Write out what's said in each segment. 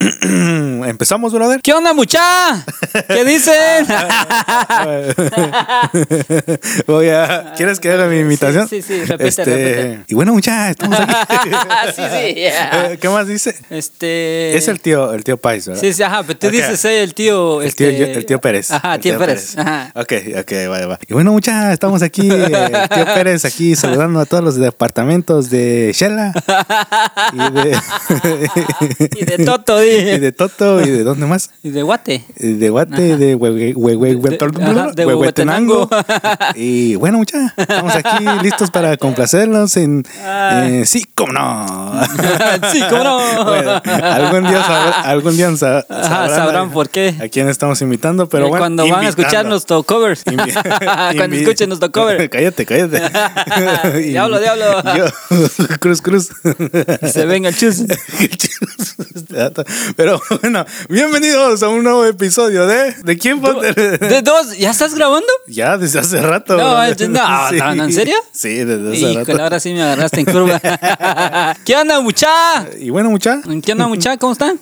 ¿Empezamos, brother? ¿Qué onda, mucha? ¿Qué dicen? ¿Quieres que haga mi imitación? Sí, repite. Y bueno, mucha, estamos aquí. Sí. ¿Qué más dice? Es el tío Pais, ¿verdad? Sí, ajá, pero tú dices el tío... El tío Pérez. Ajá, tío Pérez. Ajá. Ok, va. Y bueno, mucha, estamos aquí, el tío Pérez aquí saludando a todos los departamentos de Shela. Y de Toto. Y de Toto, y de ¿dónde más? Y de Guate. De Guate, de Huehuetenango. Y bueno, mucha, estamos aquí listos para complacerlos en sí, cómo no. Sí, cómo no. Bueno, algún día sabrán por qué. A quién estamos invitando, pero bueno. Cuando van a escuchar nuestros covers. Cuando escuchen nuestros covers. Cállate. Diablo. Yo, cruz. Se venga el chus. Pero bueno, bienvenidos a un nuevo episodio ¿de quién fue? ¿De dos? ¿Ya estás grabando? Ya, desde hace rato. No, ¿en serio? Sí, desde hace rato. Híjole, ahora sí me agarraste en curva. ¿Qué onda, mucha? Y bueno, mucha. ¿Qué onda, mucha? ¿Cómo están?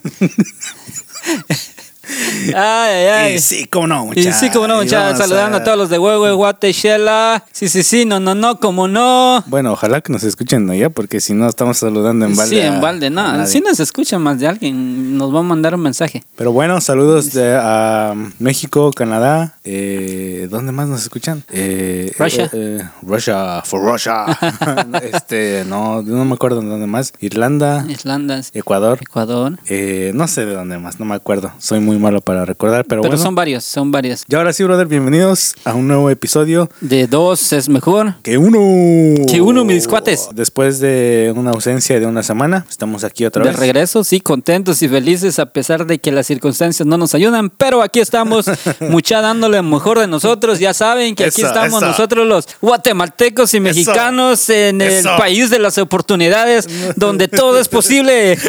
Ay. Y sí, cómo no, mucha. Saludando a todos los de Guate, Shela. Sí, no, cómo no. Bueno, ojalá que nos escuchen allá, porque si no estamos saludando en balde. Sí, en balde, no. Si nos escuchan más de alguien, nos va a mandar un mensaje. Pero bueno, saludos a México, Canadá. ¿Dónde más nos escuchan? Russia. Russia, for Russia. No me acuerdo de dónde más. Irlanda. Ecuador. No sé de dónde más, no me acuerdo. Soy muy malo para recordar, pero bueno. Son varios. Y ahora sí, brother, bienvenidos a un nuevo episodio. De dos es mejor que uno, mis cuates. Después de una ausencia de una semana, estamos aquí otra vez. De regreso, sí, contentos y felices a pesar de que las circunstancias no nos ayudan, pero aquí estamos, mucha dándole lo mejor de nosotros. Ya saben que aquí estamos nosotros los guatemaltecos y mexicanos en el país de las oportunidades, donde todo es posible.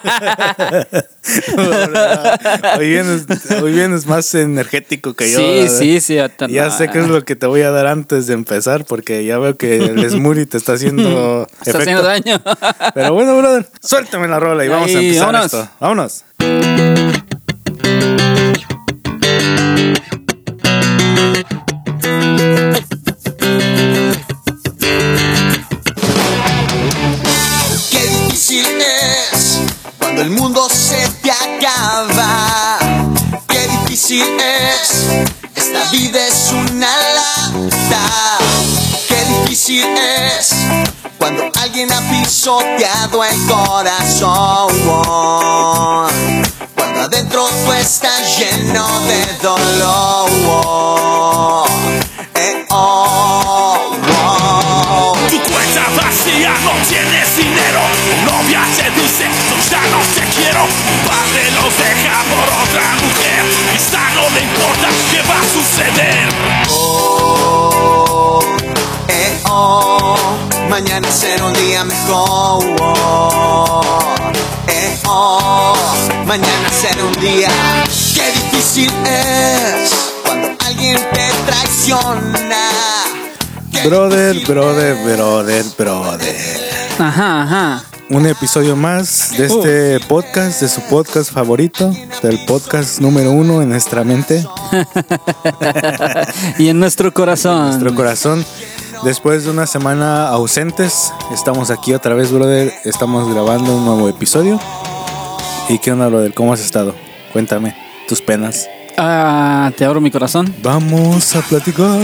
Hoy vienes más energético que yo. Sí. Ya sé qué es lo que te voy a dar antes de empezar, porque ya veo que el smoothie te está haciendo efecto. Haciendo daño. Pero bueno, brother, suéltame la rola y vamos a empezar esto. Vámonos. Qué difícil es cuando el mundo se te acaba. Qué difícil es, esta vida es una lata. Qué difícil es cuando alguien ha pisoteado el corazón. Cuando adentro tú estás lleno de dolor. Tu cuenta vacía, no tienes dinero. Novia seduce, ya no te quiero. Un padre los deja por otra mujer. Quizá no le importa qué va a suceder. Mañana será un día mejor. Mañana será un día. Qué difícil es cuando alguien te traiciona. Brother. Ajá. Un episodio más de este podcast, de su podcast favorito, del podcast número 1 en nuestra mente. Y en nuestro corazón. Después de una semana ausentes, estamos aquí otra vez, brother. Estamos grabando un nuevo episodio. ¿Y qué onda, brother? ¿Cómo has estado? Cuéntame tus penas. Te abro mi corazón. Vamos a platicar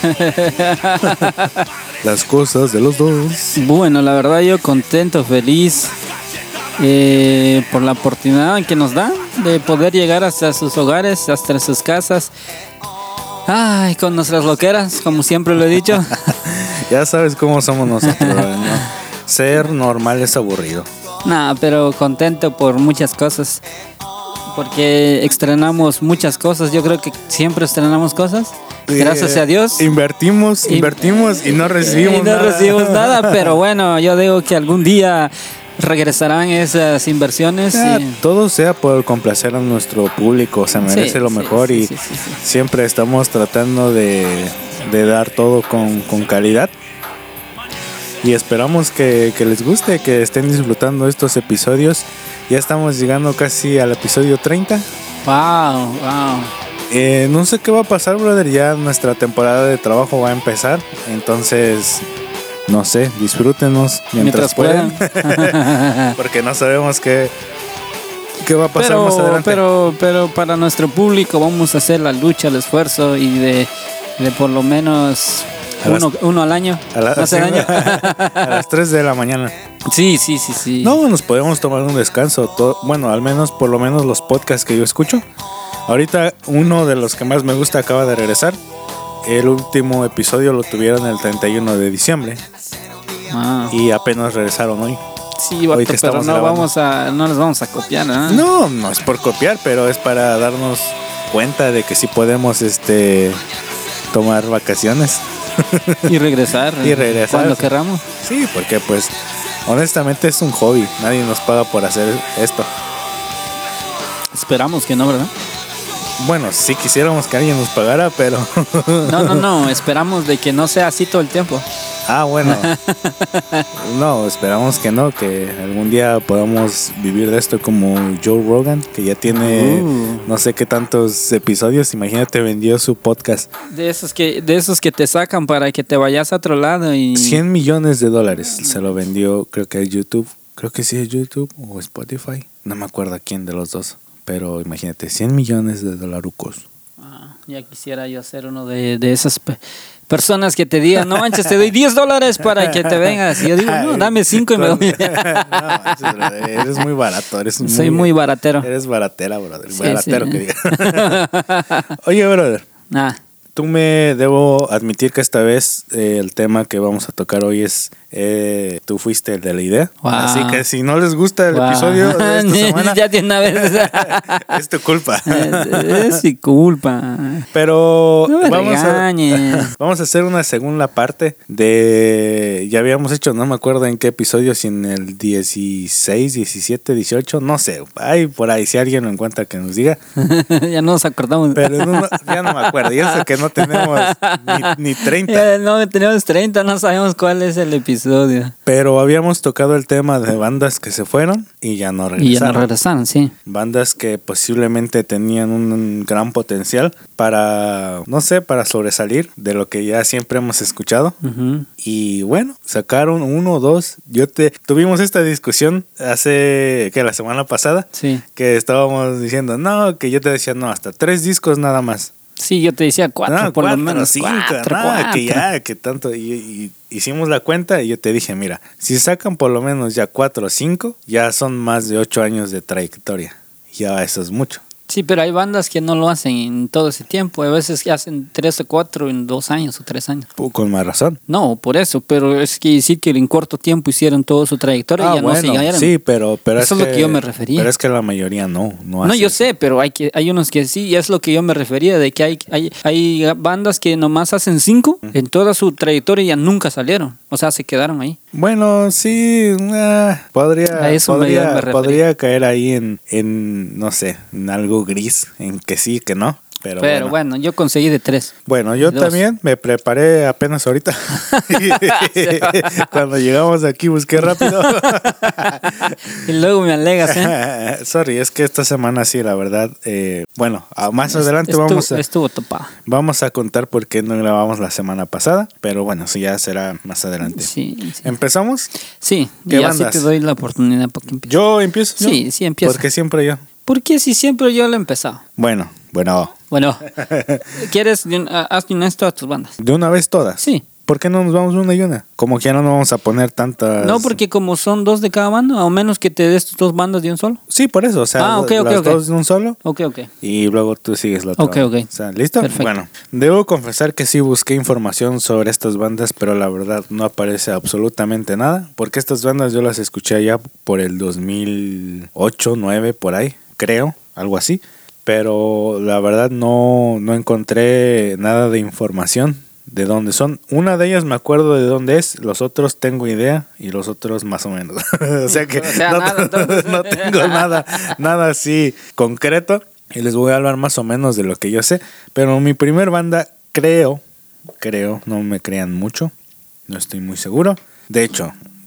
las cosas de los dos. Bueno, la verdad yo contento, feliz por la oportunidad que nos da de poder llegar hasta sus hogares, hasta sus casas. Ay, con nuestras loqueras, como siempre lo he dicho. Ya sabes cómo somos nosotros, ¿no? Ser normal es aburrido. Nah, pero contento por muchas cosas. Porque estrenamos muchas cosas. Yo creo que siempre estrenamos cosas. Gracias a Dios. Invertimos y no recibimos nada. Recibimos nada, pero bueno, yo digo que algún día regresarán esas inversiones. Todo sea por complacer a nuestro público. Se merece lo mejor y siempre estamos tratando de dar todo con calidad. Y esperamos que les guste, que estén disfrutando estos episodios Ya estamos llegando casi al episodio 30. Wow. No sé qué va a pasar, brother. Ya nuestra temporada de trabajo va a empezar. Entonces, no sé, disfrútenos mientras puedan. Porque no sabemos qué va a pasar más adelante. Pero para nuestro público vamos a hacer la lucha, el esfuerzo y de por lo menos uno al año. A las 3 de la mañana. Sí. No, nos podemos tomar un descanso. Bueno, al menos, por lo menos los podcasts que yo escucho. Ahorita uno de los que más me gusta acaba de regresar. El último episodio lo tuvieron el 31 de diciembre. Y apenas regresaron hoy. Sí, vato, pero no les vamos a copiar, ¿no? No es por copiar, pero es para darnos cuenta de que sí podemos tomar vacaciones. Y regresar. Cuando querramos. Sí, porque pues honestamente es un hobby. Nadie nos paga por hacer esto. Esperamos que no, ¿verdad? Bueno, sí quisiéramos que alguien nos pagara, pero... No, esperamos de que no sea así todo el tiempo. Bueno. No, esperamos que no, que algún día podamos vivir de esto como Joe Rogan, que ya tiene no sé qué tantos episodios. Imagínate, vendió su podcast. De esos que te sacan para que te vayas a otro lado y... $100 millones se lo vendió, creo que a YouTube. Creo que sí es YouTube o Spotify. No me acuerdo a quién de los dos. Pero imagínate, $100 millones. Ya quisiera yo ser uno de esas personas que te digan, no manches, te doy $10 para que te vengas. Y yo digo, no, dame 5 y me voy. No manches, eres muy barato. Soy muy baratero. Eres baratera, brother. Sí, baratero que diga. Oye, brother. Tú me debo admitir que esta vez el tema que vamos a tocar hoy es tú fuiste el de la idea. Wow. Así que si no les gusta el episodio de esta semana, ya tiene una vez. Es tu culpa. Es mi culpa. Pero no vamos a hacer una segunda parte de... Ya habíamos hecho, no me acuerdo en qué episodio, si en el 16, 17, 18, no sé. Por ahí, si alguien lo encuentra que nos diga. Ya no nos acordamos. Pero ya no me acuerdo. Ya sé que no tenemos ni 30. No, tenemos 30, no sabemos cuál es el episodio. Pero habíamos tocado el tema de bandas que se fueron y ya no regresaron. Sí. Bandas que posiblemente tenían un gran potencial para, no sé, para sobresalir de lo que ya siempre hemos escuchado. Uh-huh. Y bueno, sacaron 1 o 2. Tuvimos esta discusión hace, la semana pasada. Sí. Que estábamos diciendo, no, que yo te decía, no, hasta 3 discos nada más. Sí, yo te decía 4 por lo menos. 5, que tanto. Y hicimos la cuenta y yo te dije, mira, si sacan por lo menos ya 4 o 5, ya son más de 8 años de trayectoria. Ya eso es mucho. Sí, pero hay bandas que no lo hacen en todo ese tiempo. A veces que hacen 3 o 4 en 2 años o 3 años. Con más razón. No, por eso. Pero es que decir que en corto tiempo hicieron toda su trayectoria y ya no siguieron. Sí, pero eso es lo que yo me refería. Pero es que la mayoría no hace. Yo sé, pero hay unos que sí. Y es lo que yo me refería. De que hay bandas que nomás hacen 5 en toda su trayectoria y ya nunca salieron. O sea, se quedaron ahí. Bueno, sí. Podría caer ahí en, no sé, en algo gris, en que sí, que no. Pero bueno, yo conseguí de 3. Bueno, yo también me preparé apenas ahorita. Cuando llegamos aquí busqué rápido. Y luego me alegas, Sorry, es que esta semana sí, la verdad. Bueno, más adelante estuvo topada. Vamos a contar por qué no grabamos la semana pasada. Pero bueno, sí, ya será más adelante. Sí. ¿Empezamos? Sí, ¿Qué ya bandas? sí te doy la oportunidad para que empieces. ¿Yo empiezo? Sí, empieza. Porque siempre yo. ¿Por qué si siempre yo lo he empezado? Bueno. ¿Quieres haz honesto a tus bandas? ¿De una vez todas? Sí. ¿Por qué no nos vamos una y una? Como que ya no nos vamos a poner tantas... No, porque como son 2 de cada banda, o menos que te des 2 bandas de un solo. Sí, por eso, o sea, las 2 de un solo. Ok. Y luego tú sigues la otra. Ok. O sea, ¿listo? Perfecto. Bueno, debo confesar que sí busqué información sobre estas bandas, pero la verdad no aparece absolutamente nada, porque estas bandas yo las escuché allá por el 2008, 2009, por ahí, creo, algo así. Pero la verdad no encontré nada de información de dónde son. Una de ellas me acuerdo de dónde es, los otros tengo idea y los otros más o menos. O sea que no tengo nada así concreto y les voy a hablar más o menos de lo que yo sé. Pero mi primer banda, creo, no me crean mucho, no estoy muy seguro. De hecho,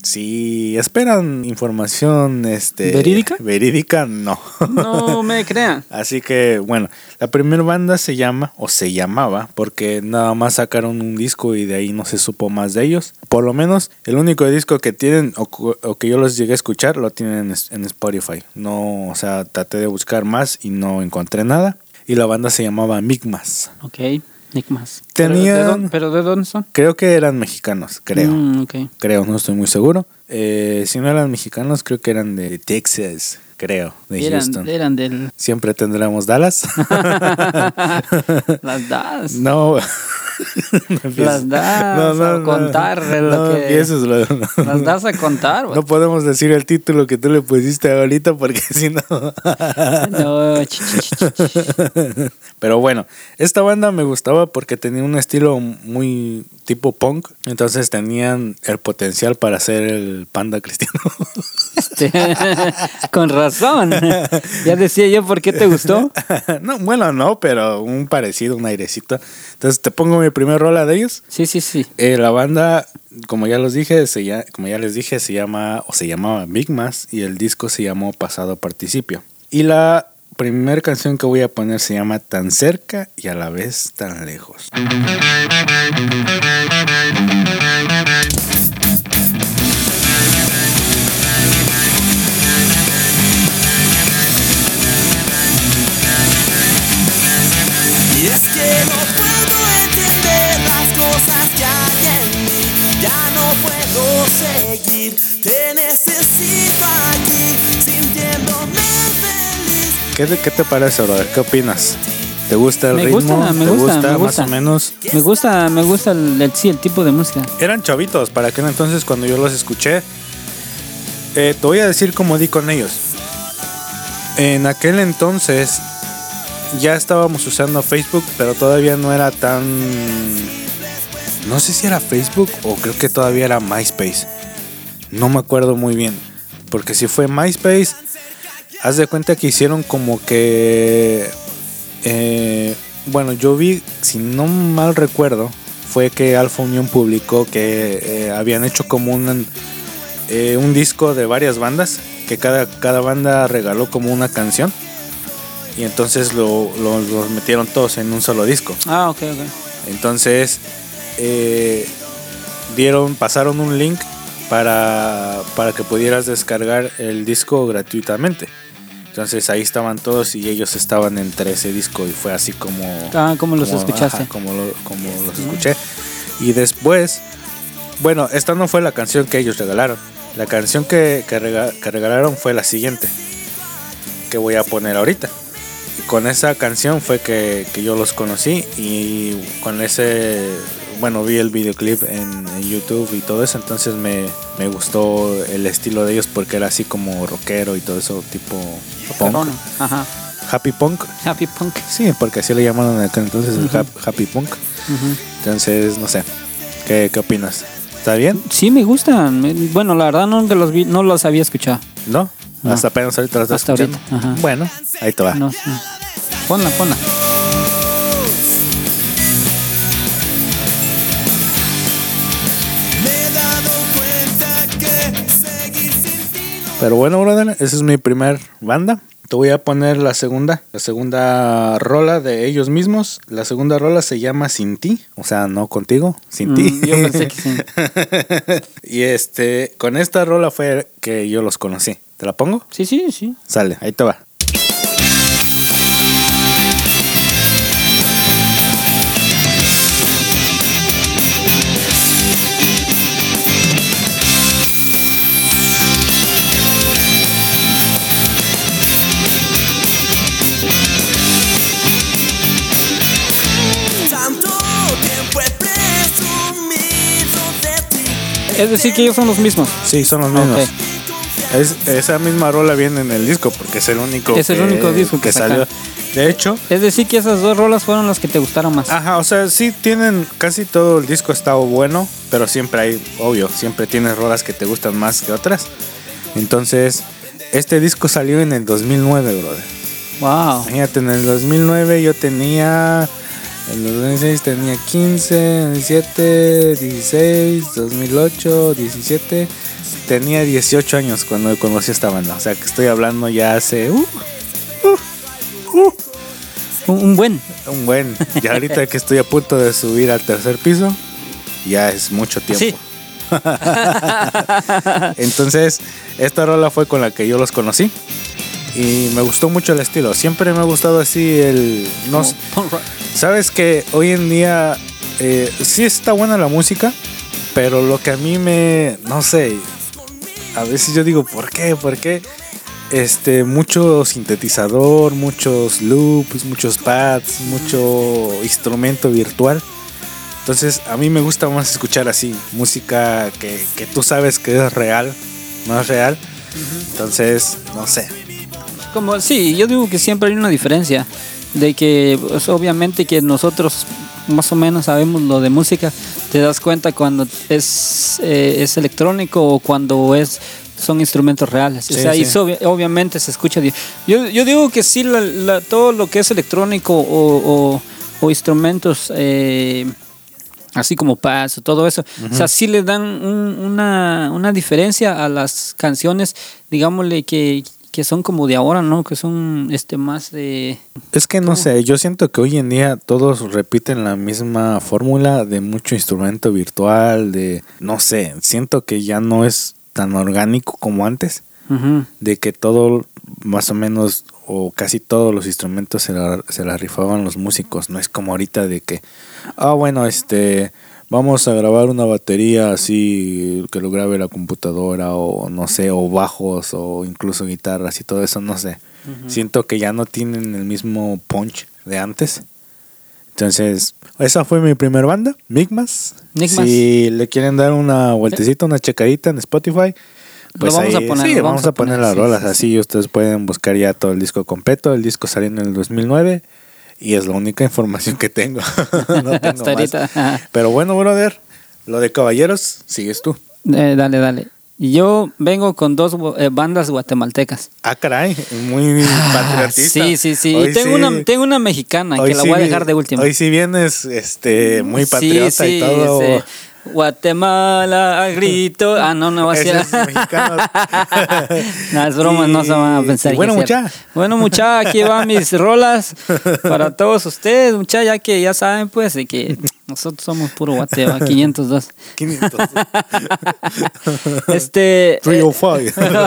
Si esperan información ¿Verídica? Verídica, no. No me crean. Así que, bueno, la primera banda se llamaba, porque nada más sacaron un disco y de ahí no se supo más de ellos. Por lo menos, el único disco que tienen, o que yo los llegué a escuchar, lo tienen en Spotify. No, o sea, traté de buscar más y no encontré nada. Y la banda se llamaba Migmas. Ok, Migmas. Tenían... ¿Pero de dónde son? Creo que eran mexicanos, creo. Okay. Creo, no estoy muy seguro. Si no eran mexicanos, creo que eran de Texas, creo, de Houston. Eran del... Siempre tendremos Dallas. Las Dallas. No. Las das a contar las das a contar. No podemos decir el título que tú le pusiste ahorita porque si no. No. Pero bueno, esta banda me gustaba porque tenía un estilo muy tipo punk, entonces tenían el potencial para ser el Panda Cristiano. Con razón. Ya decía yo por qué te gustó. No, bueno, no, pero un parecido, un airecito. Entonces te pongo mi primer rola de ellos. Sí. La banda, como ya les dije, se llamaba Migmas y el disco se llamó Pasado Participio. Y la primera canción que voy a poner se llama Tan cerca y a la vez tan lejos. Y es que no puedo entender las cosas que hay en mí. Ya no puedo seguir. Te necesito aquí, sintiéndome feliz. ¿Qué te parece, brother? ¿Qué opinas? ¿Te gusta el ritmo? Me gusta más o menos? Me gusta el tipo de música. Eran chavitos para aquel entonces cuando yo los escuché. Te voy a decir cómo di con ellos. En aquel entonces ya estábamos usando Facebook, pero todavía no era tan... No sé si era Facebook o creo que todavía era MySpace. No me acuerdo muy bien. Porque si fue MySpace, haz de cuenta que hicieron como que... bueno, yo vi, si no mal recuerdo, fue que Alpha Union publicó que habían hecho como un disco de varias bandas, que cada banda regaló como una canción. Y entonces los metieron todos en un solo disco. Ah, ok. Entonces pasaron un link para que pudieras descargar el disco gratuitamente. Entonces ahí estaban todos y ellos estaban entre ese disco y fue así como... ¿Cómo los escuchaste? Ajá, como los escuché. Y después, bueno, esta no fue la canción que ellos regalaron. La canción que regalaron fue la siguiente, que voy a poner ahorita. Y con esa canción fue que yo los conocí y con ese... Bueno, vi el videoclip en YouTube y todo eso, entonces me gustó el estilo de ellos porque era así como rockero y todo eso, tipo punk. Ajá. Happy punk. Happy punk. Sí, porque así le llamaron acá entonces, el happy punk. Entonces, no sé, ¿qué opinas? ¿Está bien? Sí, me gustan. Bueno, la verdad nunca los vi, no los había escuchado. ¿No? Hasta apenas ahorita los estás escuchando. Ahorita. Ajá. Bueno, ahí te va. No. Ponla. Pero bueno, brother, esa es mi primer banda. Te voy a poner la segunda rola de ellos mismos. La segunda rola se llama Sin Ti, o sea, no contigo, Sin Ti. Yo pensé que sí. Y con esta rola fue que yo los conocí. ¿Te la pongo? Sí. Sale, ahí te va. Es decir, que ellos son los mismos. Sí, son los mismos. Okay. Esa misma rola viene en el disco porque es el único disco que salió. De hecho, es decir, que esas dos rolas fueron las que te gustaron más. Ajá, o sea, sí tienen, casi todo el disco está bueno, pero siempre siempre tienes rolas que te gustan más que otras. Entonces, este disco salió en el 2009, brother. Wow. Imagínate, en el 2009 yo tenía... En el 2006 tenía 15, 17, 16, 2008, 17, tenía 18 años cuando conocí esta banda. O sea, que estoy hablando ya hace... Un buen. Ya ahorita que estoy a punto de subir al tercer piso, ya es mucho tiempo. Sí. Entonces, esta rola fue con la que yo los conocí. Y me gustó mucho el estilo. Siempre me ha gustado así el... No, sabes que hoy en día sí está buena la música, pero lo que a mí no sé, a veces yo digo, ¿por qué? Mucho sintetizador, muchos loops, muchos pads, mucho instrumento virtual. Entonces a mí me gusta más escuchar así, música que tú sabes que es real, más real. Entonces, no sé. Como sí, yo digo que siempre hay una diferencia de que pues, obviamente que nosotros más o menos sabemos lo de música, te das cuenta cuando es electrónico o cuando son instrumentos reales. Sí, o sea, sí. y obviamente se escucha. Yo digo que sí, todo lo que es electrónico o instrumentos así como pads o todo eso, o sea, sí le dan una diferencia a las canciones, digámosle que son como de ahora, ¿no? Que son más de... Es que no sé, yo siento que hoy en día todos repiten la misma fórmula de mucho instrumento virtual, no sé, siento que ya no es tan orgánico como antes, de que todo más o menos o casi todos los instrumentos se la rifaban los músicos. No es como ahorita de que bueno, vamos a grabar una batería así que lo grabe la computadora, o no sé, o bajos o incluso guitarras y todo eso, no sé. Siento que ya no tienen el mismo punch de antes. Entonces, esa fue mi primer banda, Migmas. Si le quieren dar una vueltecita, una checadita en Spotify, pues lo vamos a poner. Sí, vamos a poner las rolas. Así ustedes pueden buscar ya todo el disco completo. El disco salió en el 2009 y es la única información que tengo. No tengo hasta ahorita. más. Pero bueno, brother, lo de caballeros, sigues tú. Dale. Yo vengo con dos bandas guatemaltecas. Caray, muy patriotista. Sí. Hoy Y tengo una mexicana que la voy a dejar de último. Hoy sí vienes muy patriota y todo. Sí. Guatemala, grito. No va a ser. No, es broma, no se van a pensar. Bueno, mucha, aquí van mis rolas para todos ustedes, mucha, ya que ya saben, pues, de que nosotros somos puro Guateva, 502. 502. 305.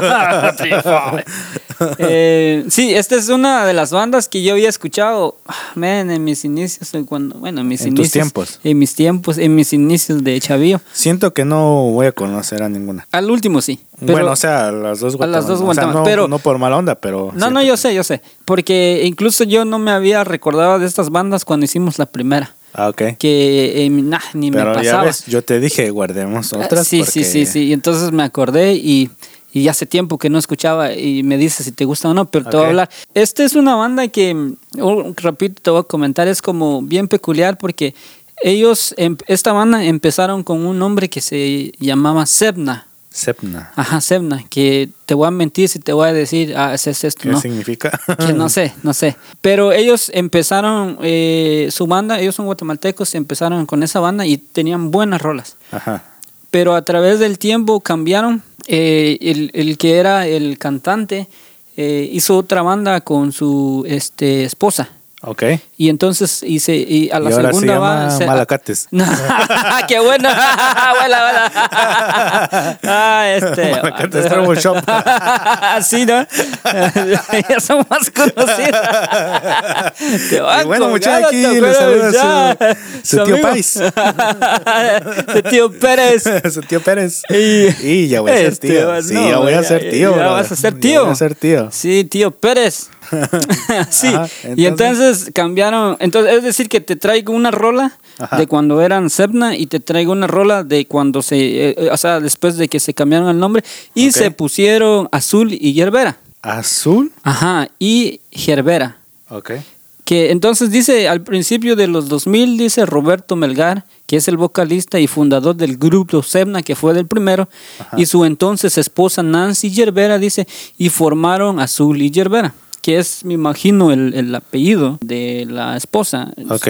305. Sí, esta es una de las bandas que yo había escuchado, en mis inicios, en mis inicios de chavillo. Siento que no voy a conocer a ninguna. Al último sí. Bueno, o sea, las dos Guatemala. O sea, no por mala onda, pero... No, yo sé. Porque incluso yo no me había recordado de estas bandas cuando hicimos la primera. Ok. Que ni pero me pasaba. Ya ves, yo te dije, guardemos otras. Sí. Y entonces me acordé y hace tiempo que no escuchaba y me dice si te gusta o no, pero te voy a hablar. Esta es una banda que, repito, te voy a comentar, es como bien peculiar porque esta banda empezaron con un nombre que se llamaba Sebna. Ajá, Sebna, que te voy a mentir si te voy a decir, es esto, ¿qué ¿no? significa? Que no sé. Pero ellos empezaron su banda, ellos son guatemaltecos, empezaron con esa banda y tenían buenas rolas. Ajá. Pero a través del tiempo cambiaron. El que era el cantante hizo otra banda con su esposa. Ok. Y entonces a la segunda va Malacates. ¡Qué bueno! ¡Hola! Malacates Trouble Shop. Sí, ¿no? Ya son más conocidos. Y bueno, muchachos, aquí les saluda su tío Pais. Su tío Pérez. Su tío Pérez. Y ya voy a ser tío. Sí, ya voy a ser tío. Ya vas a ser tío. Voy a ser tío. Sí, tío Pérez. Sí. Ajá, y entonces cambiaron. Entonces, es decir, que te traigo una rola de cuando eran Sebna y te traigo una rola de cuando después de que se cambiaron el nombre y se pusieron Azul y Gerbera. ¿Azul? Ajá, y Gerbera. Ok. Que entonces dice, al principio de los 2000, dice Roberto Melgar, que es el vocalista y fundador del grupo Sebna, que fue del primero, y su entonces esposa Nancy Gerbera, dice, y formaron Azul y Gerbera, que es, me imagino, el apellido de la esposa. Okay.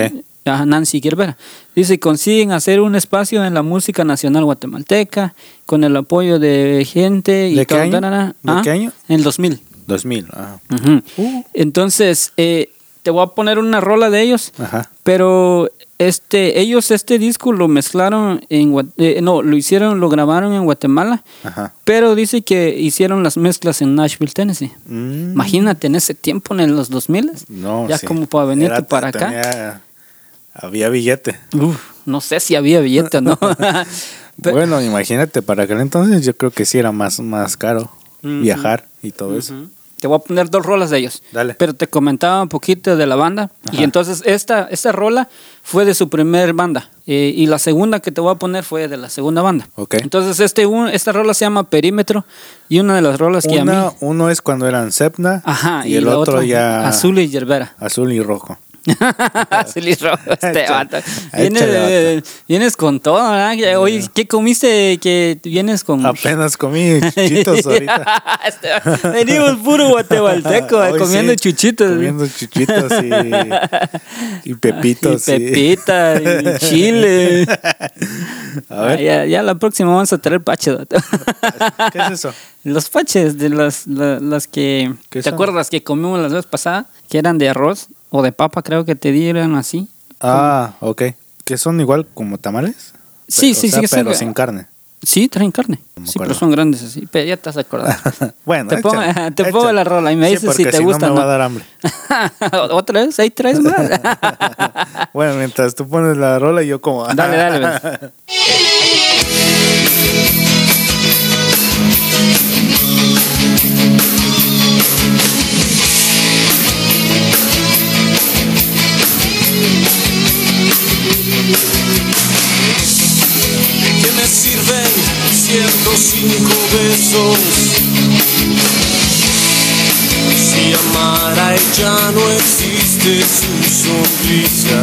Nancy Guerrera. Dice, consiguen hacer un espacio en la música nacional guatemalteca con el apoyo de gente. Y ¿De qué todo, año? ¿De qué año? En el 2000. 2000. Ah. Ujú. Entonces, te voy a poner una rola de ellos, Ajá. pero ellos este disco lo mezclaron lo grabaron en Guatemala, Ajá. pero dice que hicieron las mezclas en Nashville, Tennessee. Imagínate en ese tiempo, en los 2000, No, ya sí. como para venirte para acá. Había billete. Uf, no sé si había billete o no. Bueno, imagínate, para aquel entonces yo creo que sí era más caro viajar y todo eso. Te voy a poner 2 rolas de ellos. Dale. Pero te comentaba un poquito de la banda. Ajá. Y entonces esta rola fue de su primer banda. Y la segunda que te voy a poner fue de la segunda banda. Ok. Entonces esta rola se llama Perímetro. Y una de las rolas que a mí... Uno es cuando eran Sepna. Ajá. Y el la otro otra, ya... Azul y Yerbera. Azul y rojo. Azul y rojo, vato. Échale, Vienes con todo, ¿verdad? Oye, ¿qué comiste que vienes con...? Apenas comí chuchitos ahorita. Venimos puro guatemalteco, Hoy comiendo sí, chuchitos. Comiendo chuchitos y pepitos. Y pepita, y chile. A ver. Ya la próxima vamos a traer paches. vato. ¿Qué es eso? Los paches de las que... ¿Qué ¿Te son? acuerdas que comimos la vez pasada? Que eran de arroz o de papa, creo que te dieron así. Ah, ok. ¿Que son igual como tamales? Sí, O sí, sea, sí. pero son- sin carne. Sí, traen carne. No me Sí, pero acuerdo. son grandes así. Pero ya te has acordado. Bueno, Te pongo- échale, te pongo échale. la rola y me Sí, dices si porque te gusta no o me va no. a dar hambre. ¿Otra vez? ¿Hay 3 más? Bueno, mientras tú pones la rola y yo como... Dale, ves. ¿De qué me sirven 105 besos? Si amar a ella no existe su sonrisa.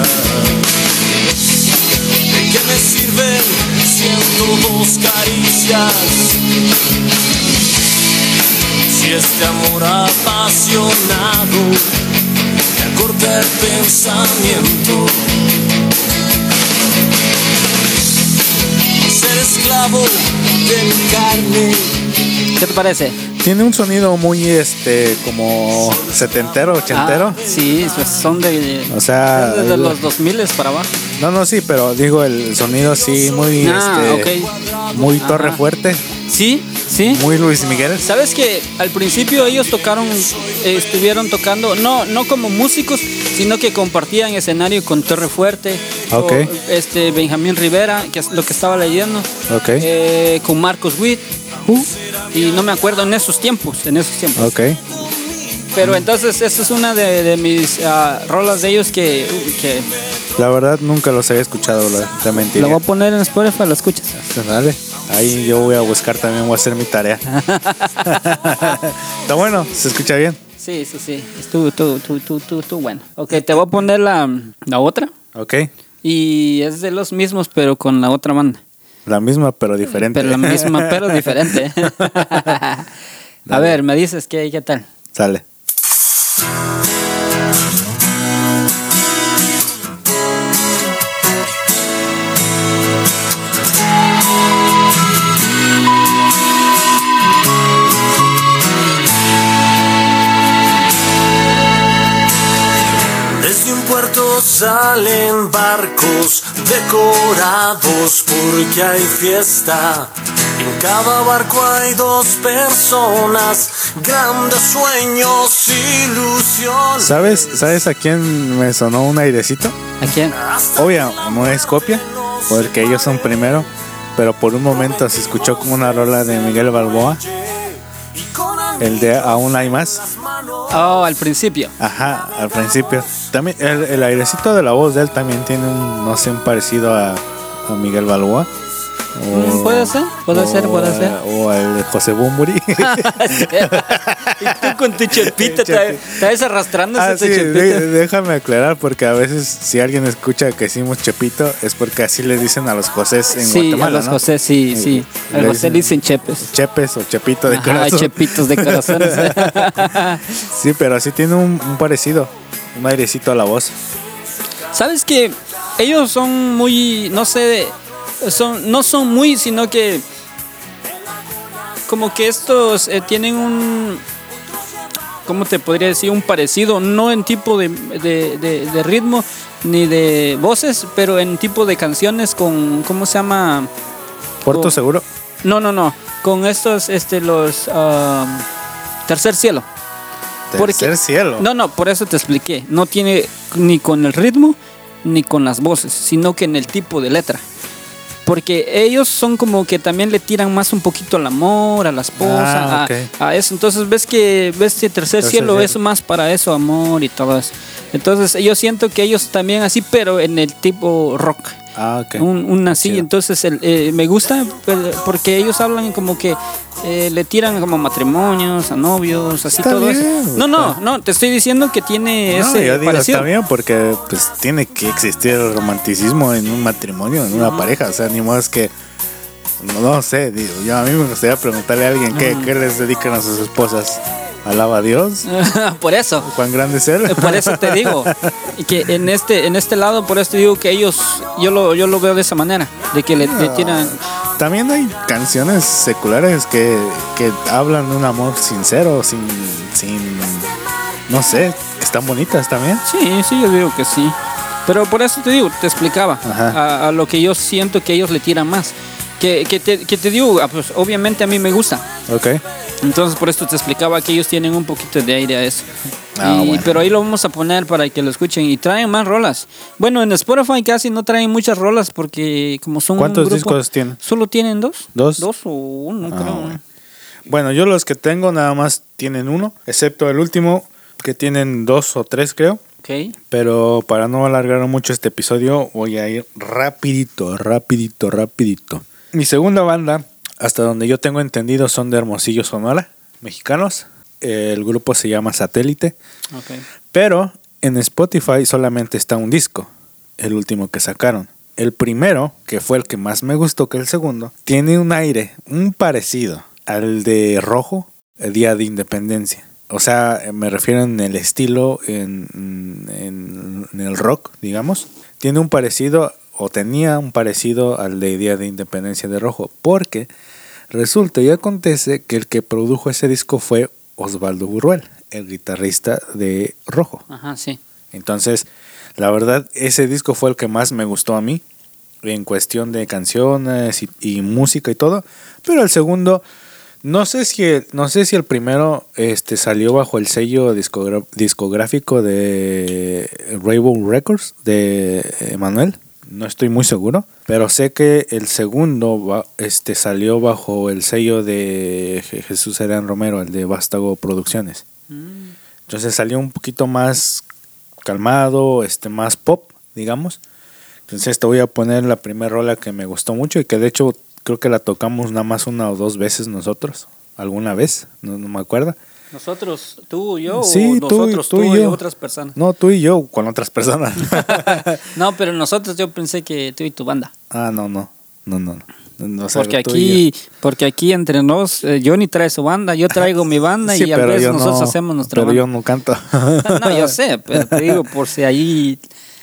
¿De qué me sirven 102 caricias? Si este amor apasionado me acorta el pensamiento. Ser esclavo de mi carne. ¿Qué te parece? Tiene un sonido muy, como setentero, ochentero. Ah, sí, pues son de... O sea, desde los 2000 para abajo. No, sí, pero digo el sonido sí muy, Ok. muy Torre Ajá. Fuerte, Sí, sí. muy Luis Miguel. ¿Sabes que al principio ellos estuvieron tocando, no como músicos, sino que compartían escenario con Torre Fuerte, Ok. con Benjamín Rivera, que es lo que estaba leyendo, Ok. con Marcos Witt, y no me acuerdo en esos tiempos. Ok. Pero entonces esa es una de mis rolas de ellos que La verdad nunca los había escuchado, te la mentiría. voy a poner en Spotify, la escuchas. Dale. Ahí yo voy a buscar también, voy a hacer mi tarea. Está bueno, se escucha bien. Sí. Estuvo bueno. Ok, te voy a poner la otra. Ok. Y es de los mismos, pero con la otra banda. La misma pero diferente. Pero la misma, pero diferente. A ver, me dices qué tal. Sale. Desde un puerto salen barcos decorados porque hay fiesta. En cada barco hay 2 personas, grandes sueños, ilusiones. ¿Sabes a quién me sonó un airecito? ¿A quién? Obvio, no es copia, porque ellos son primero, pero por un momento se escuchó como una rola de Miguel Balboa, el de Aún hay más. Oh, al principio. Ajá, al principio. También el airecito de la voz de él también tiene un, no sé, un parecido a Miguel Balboa. Puede ser. O el de José Bumburi. Y tú con tu chepita, te ves arrastrándose tu Sí, chepita. déjame aclarar, porque a veces si alguien escucha que decimos Chepito, es porque así le dicen a los Josés en Sí, Guatemala, a los ¿no? José, sí. A Le José le dicen chepes. Chepes o Chepito de Ajá, corazón. chepitos de corazones. Sí, pero sí tiene un parecido, un airecito a la voz. ¿Sabes que ellos son muy, no sé, no son muy, sino que como que estos tienen un, ¿cómo te podría decir? Un parecido, no en tipo de ritmo ni de voces, pero en tipo de canciones con, ¿cómo se llama? ¿Puerto Seguro? No, con estos, los Tercer Cielo. Tercer Cielo. No, por eso te expliqué. No tiene ni con el ritmo ni con las voces, sino que en el tipo de letra. Porque ellos son como que también le tiran más un poquito al amor, a la esposa, okay. a eso. Entonces ves que Tercer Cielo es más para eso, amor y todo eso. Entonces yo siento que ellos también así, pero en el tipo rock. Okay. Un así, chido. Entonces me gusta porque ellos hablan como que le tiran como matrimonios, a novios, así está todo bien, eso. No, te estoy diciendo que tiene ese yo digo, parecido. Está bien porque pues tiene que existir el romanticismo en un matrimonio, en una pareja, o sea, ni modo es que no sé, digo, yo a mí me gustaría preguntarle a alguien qué les dedican a sus esposas. Alaba a Dios. Por eso. ¿Cuán grande es él? Por eso te digo. Y que en este lado, por eso te digo que ellos, yo lo veo de esa manera. De que le tiran. También hay canciones seculares que hablan de un amor sincero, sin no sé, que están bonitas también. Sí, yo digo que sí. Pero por eso te digo, te explicaba a lo que yo siento que ellos le tiran más. Que te digo, pues obviamente a mí me gusta. Ok. Entonces por esto te explicaba que ellos tienen un poquito de aire a eso. Bueno. Pero ahí lo vamos a poner para que lo escuchen. Y traen más rolas. Bueno, en Spotify casi no traen muchas rolas porque como son ¿Cuántos un grupo, discos tienen? ¿Solo tienen dos? ¿Dos? Dos o uno, creo. Bueno, yo los que tengo nada más tienen uno, excepto el último que tienen 2 o 3 creo. Okay. Pero para no alargar mucho este episodio voy a ir rapidito. Mi segunda banda, hasta donde yo tengo entendido, son de Hermosillo, Sonora, mexicanos. El grupo se llama Satélite. Okay. Pero en Spotify solamente está un disco, el último que sacaron. El primero, que fue el que más me gustó que el segundo, tiene un aire, un parecido al de Rojo, el Día de Independencia. O sea, me refiero en el estilo, en el rock, digamos. Tiene un parecido, o tenía un parecido al de Día de Independencia de Rojo, porque resulta y acontece que el que produjo ese disco fue Osvaldo Burruel, el guitarrista de Rojo. Ajá, sí. Entonces, la verdad, ese disco fue el que más me gustó a mí, en cuestión de canciones y música y todo. Pero el segundo, no sé si el primero salió bajo el sello discográfico de Rainbow Records de Emanuel. No estoy muy seguro, pero sé que el segundo salió bajo el sello de Jesús Herán Romero, el de Vástago Producciones. Entonces salió un poquito más calmado, más pop, digamos. Entonces te voy a poner la primera rola que me gustó mucho y que de hecho creo que la tocamos nada más 1 o 2 veces nosotros, alguna vez, no me acuerdo. ¿Nosotros, tú, yo sí, o nosotros, tú y otras personas? No, tú y yo con otras personas. No, pero nosotros yo pensé que tú y tu banda. Ah, no. Porque aquí entre nos, Johnny trae su banda, yo traigo mi banda sí, y a veces nosotros hacemos nuestra banda. Pero yo no canto. No, yo sé, pero te digo por si ahí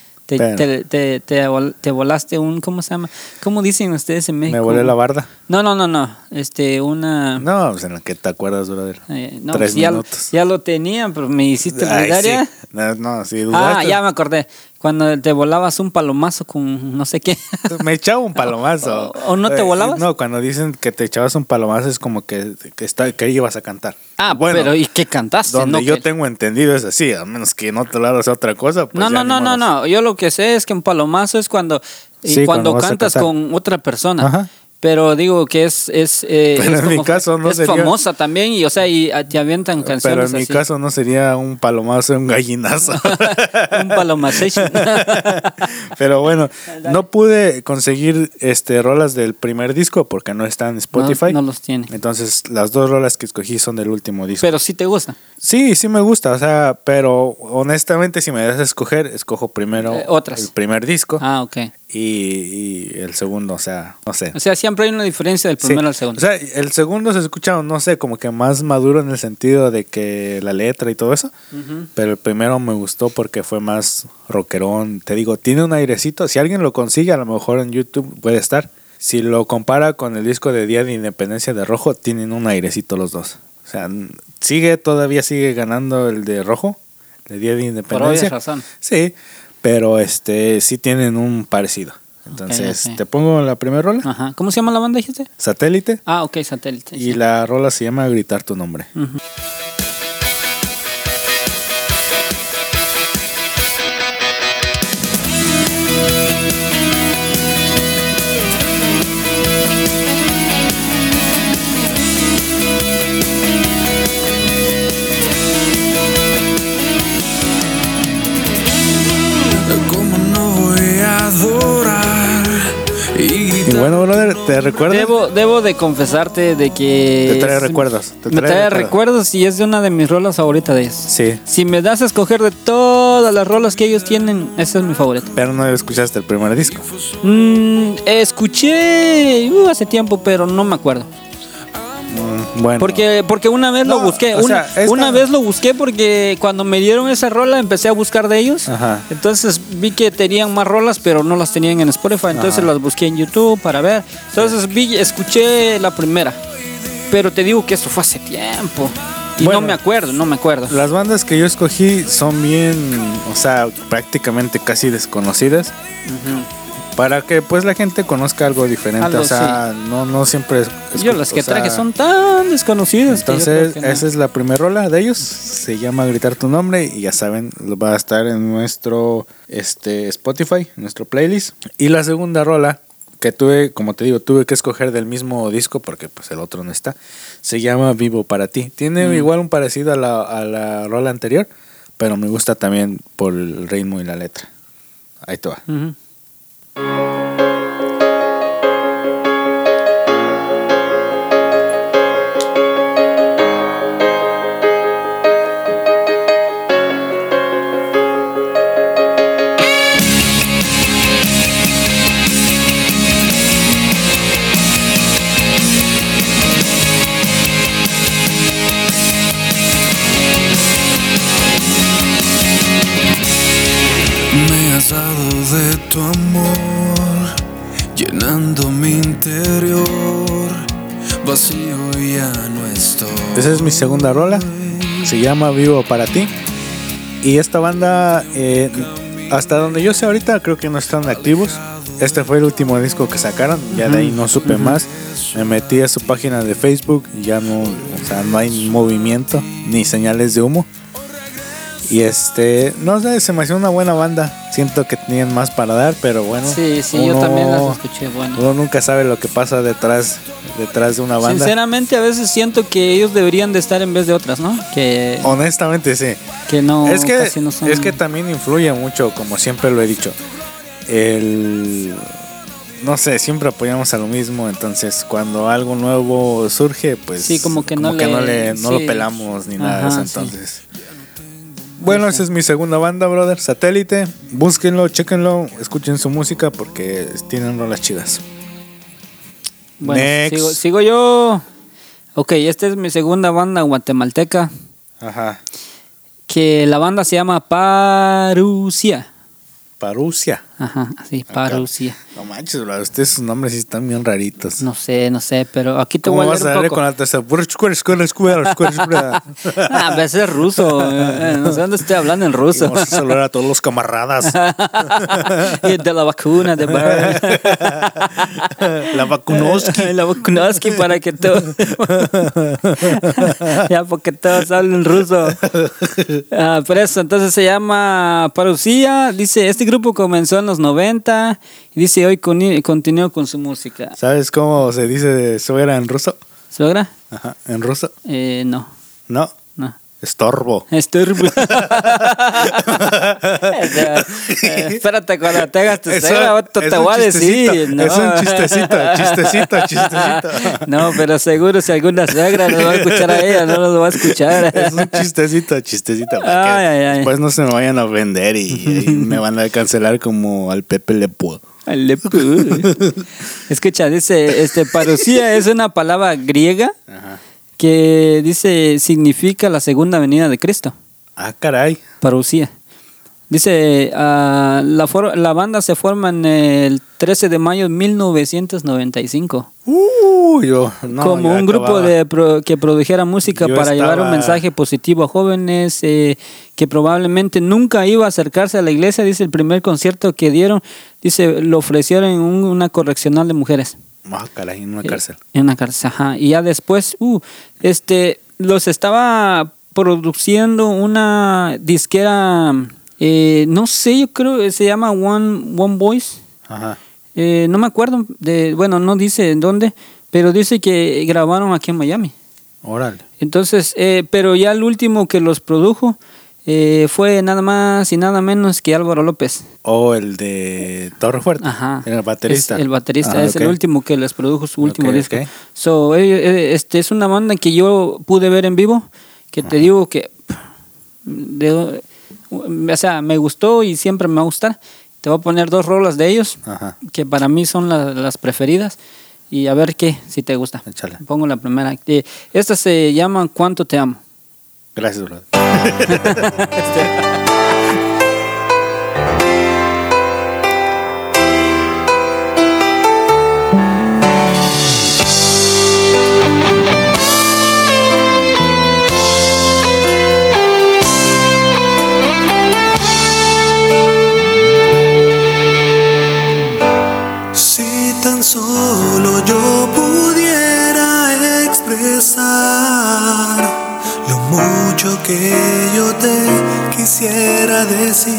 te volaste un, ¿cómo se llama? ¿Cómo dicen ustedes en México? Me volé la barda. No, una... No, pues en la que te acuerdas, brother. No, 3 minutos. Ya lo tenía, pero me hiciste olvidar ya. Sí. No, sí, dudaste. Ya me acordé. Cuando te volabas un palomazo con no sé qué. Me echaba un palomazo. ¿O no te volabas? No, cuando dicen que te echabas un palomazo es como que ibas a cantar. Ah, bueno, pero ¿y qué cantaste? Donde yo tengo entendido es así, a menos que no te lo hagas otra cosa. Pues no. Yo lo que sé es que un palomazo es cuando cantas con otra persona. Ajá. Pero digo que pero en mi caso no sería famosa también y te avientan canciones. Pero en mi caso no sería un palomazo, un gallinazo. Un palomazation. Pero bueno, no pude conseguir rolas del primer disco porque no están en Spotify. No los tiene. Entonces las 2 rolas que escogí son del último disco. Pero sí te gusta. Sí me gusta, o sea, pero honestamente si me das a escoger, escojo primero otras. El primer disco. Ah, okay. y el segundo, o sea, no sé. O sea, siempre hay una diferencia del primero al segundo. O sea, el segundo se escucha, no sé, como que más maduro en el sentido de que la letra y todo eso. Pero el primero me gustó porque fue más rockerón. Te digo, tiene un airecito. Si alguien lo consigue, a lo mejor en YouTube puede estar. Si lo compara con el disco de Día de Independencia de Rojo, tienen un airecito los dos. O sea, todavía sigue ganando el de Rojo, de Día de Independencia. Por obvias razón. Sí, pero sí tienen un parecido. Entonces, Okay. te pongo la primera rola. Ajá. ¿Cómo se llama la banda, dijiste? Satélite. Ah, ok, Satélite. Y la rola se llama Gritar tu nombre. ¿Cómo no voy a adorar y Y gritar? bueno, brother, ¿te recuerdas? Debo de confesarte de que... Te trae recuerdos. Me trae recuerdos y es de una de mis rolas favoritas de ellos. Sí, Si me das a escoger de todas las rolas que ellos tienen, esa es mi favorita. pero no escuchaste el primer disco. Escuché hace tiempo, pero no me acuerdo. Bueno. Porque una vez No, lo busqué. o sea, Una vez lo busqué porque cuando me dieron esa rola empecé a buscar de ellos. Ajá. Entonces vi que tenían más rolas, pero no las tenían en Spotify. Entonces Ajá. las busqué en YouTube para ver. Entonces escuché la primera. Pero te digo que esto fue hace tiempo. Y Bueno, no me acuerdo. Las bandas que yo escogí son bien, o sea, prácticamente casi desconocidas. Para que pues la gente conozca algo diferente. Algo, o sea, no siempre Yo las que o sea, traje son tan desconocidas. que yo creo Entonces, que no. esa es la primera rola de ellos. Se llama Gritar tu nombre. Y ya saben, va a estar en nuestro Spotify, nuestro playlist. Y la segunda rola que como te digo, tuve que escoger del mismo disco porque pues el otro no está. Se llama Vivo para ti. Tiene igual un parecido a la rola anterior, pero me gusta también por el ritmo y la letra. Ahí te va. Ujú. Me has dado de tu amor, llenando mi interior, vacío y ya no estoy. Esa es mi segunda rola. Se llama Vivo para ti. Y esta banda, hasta donde yo sé ahorita, creo que no están activos. Este fue el último disco que sacaron. Ya de ahí no supe más. Me metí a su página de Facebook y ya no, o sea, no hay movimiento ni señales de humo. Y no sé, se me hacía una buena banda. Siento que tenían más para dar, pero bueno. Sí, yo también las escuché. Bueno. Uno nunca sabe lo que pasa detrás de una banda. Sinceramente, a veces siento que ellos deberían de estar en vez de otras, ¿no? Que Honestamente, sí. no, Es que, casi no son. es que también influye mucho, como siempre lo he dicho. No sé, siempre apoyamos a lo mismo, entonces cuando algo nuevo surge, pues Sí, como que no no lo sí. pelamos ni nada de Ajá, eso, entonces. Bueno, esa es mi segunda banda, brother, Satélite. Búsquenlo, chéquenlo, escuchen su música porque tienen rolas chidas. Bueno, Next. sigo yo. Ok, esta es mi segunda banda guatemalteca. Ajá. Que la banda se llama Parusia. Parusia. Ajá, sí, Parusia. No manches, bro, ustedes sus nombres sí están bien raritos. No sé, pero aquí te ¿Cómo voy a vas a leer un darle poco. con la tercera? A veces es ruso. No sé dónde estoy hablando en ruso. Vamos a saludar a todos los camaradas. Y de la vacuna, de La Vakunovsky. La Vakunovsky para que todos. Ya, porque todos hablan ruso. Por eso, entonces se llama Parusia. Dice: este grupo comenzó en los 90 y dice: hoy continúo con su música. ¿Sabes cómo se dice suegra en ruso? ¿Suegra? Ajá, en ruso. No. No, estorbo. Estorbo. Espérate, cuando te hagas tu suegra, te voy a decir. No. Es un chistecito. No, pero seguro si alguna suegra nos va a escuchar a ella, no nos va a escuchar. Es un chistecito. Para que Ay. después no se me vayan a ofender y me van a cancelar como al Pepe Le Pew. Alepo. Escucha, dice, parucía es una palabra griega que dice, significa la segunda venida de Cristo. Ah, caray. Parucía. Dice, la banda se forma en el 13 de mayo de 1995. Como un grupo que produjera música para llevar un mensaje positivo a jóvenes que probablemente nunca iba a acercarse a la iglesia. Dice, el primer concierto que dieron, dice, lo ofrecieron en una correccional de mujeres. Ah, caray, en una cárcel. En una cárcel, ajá. Y ya después, los estaba produciendo una disquera... no sé, yo creo que se llama One Voice. Ajá. No me acuerdo, bueno, no dice en dónde, pero dice que grabaron aquí en Miami. Órale. Entonces, pero ya el último que los produjo fue nada más y nada menos que Álvaro López. El de Torre Fuerte. Ajá. El baterista. El baterista, es el último que les produjo su último disco. Okay. So, es una banda que yo pude ver en vivo, que te digo que... o sea, me gustó y siempre me va a gustar. Te voy a poner 2 rolas de ellos, que para mí son las preferidas. Y a ver si te gusta. Échale. Pongo la primera. Estas se llaman ¿Cuánto te amo? Gracias, brother. Solo yo pudiera expresar lo mucho que yo te quisiera decir.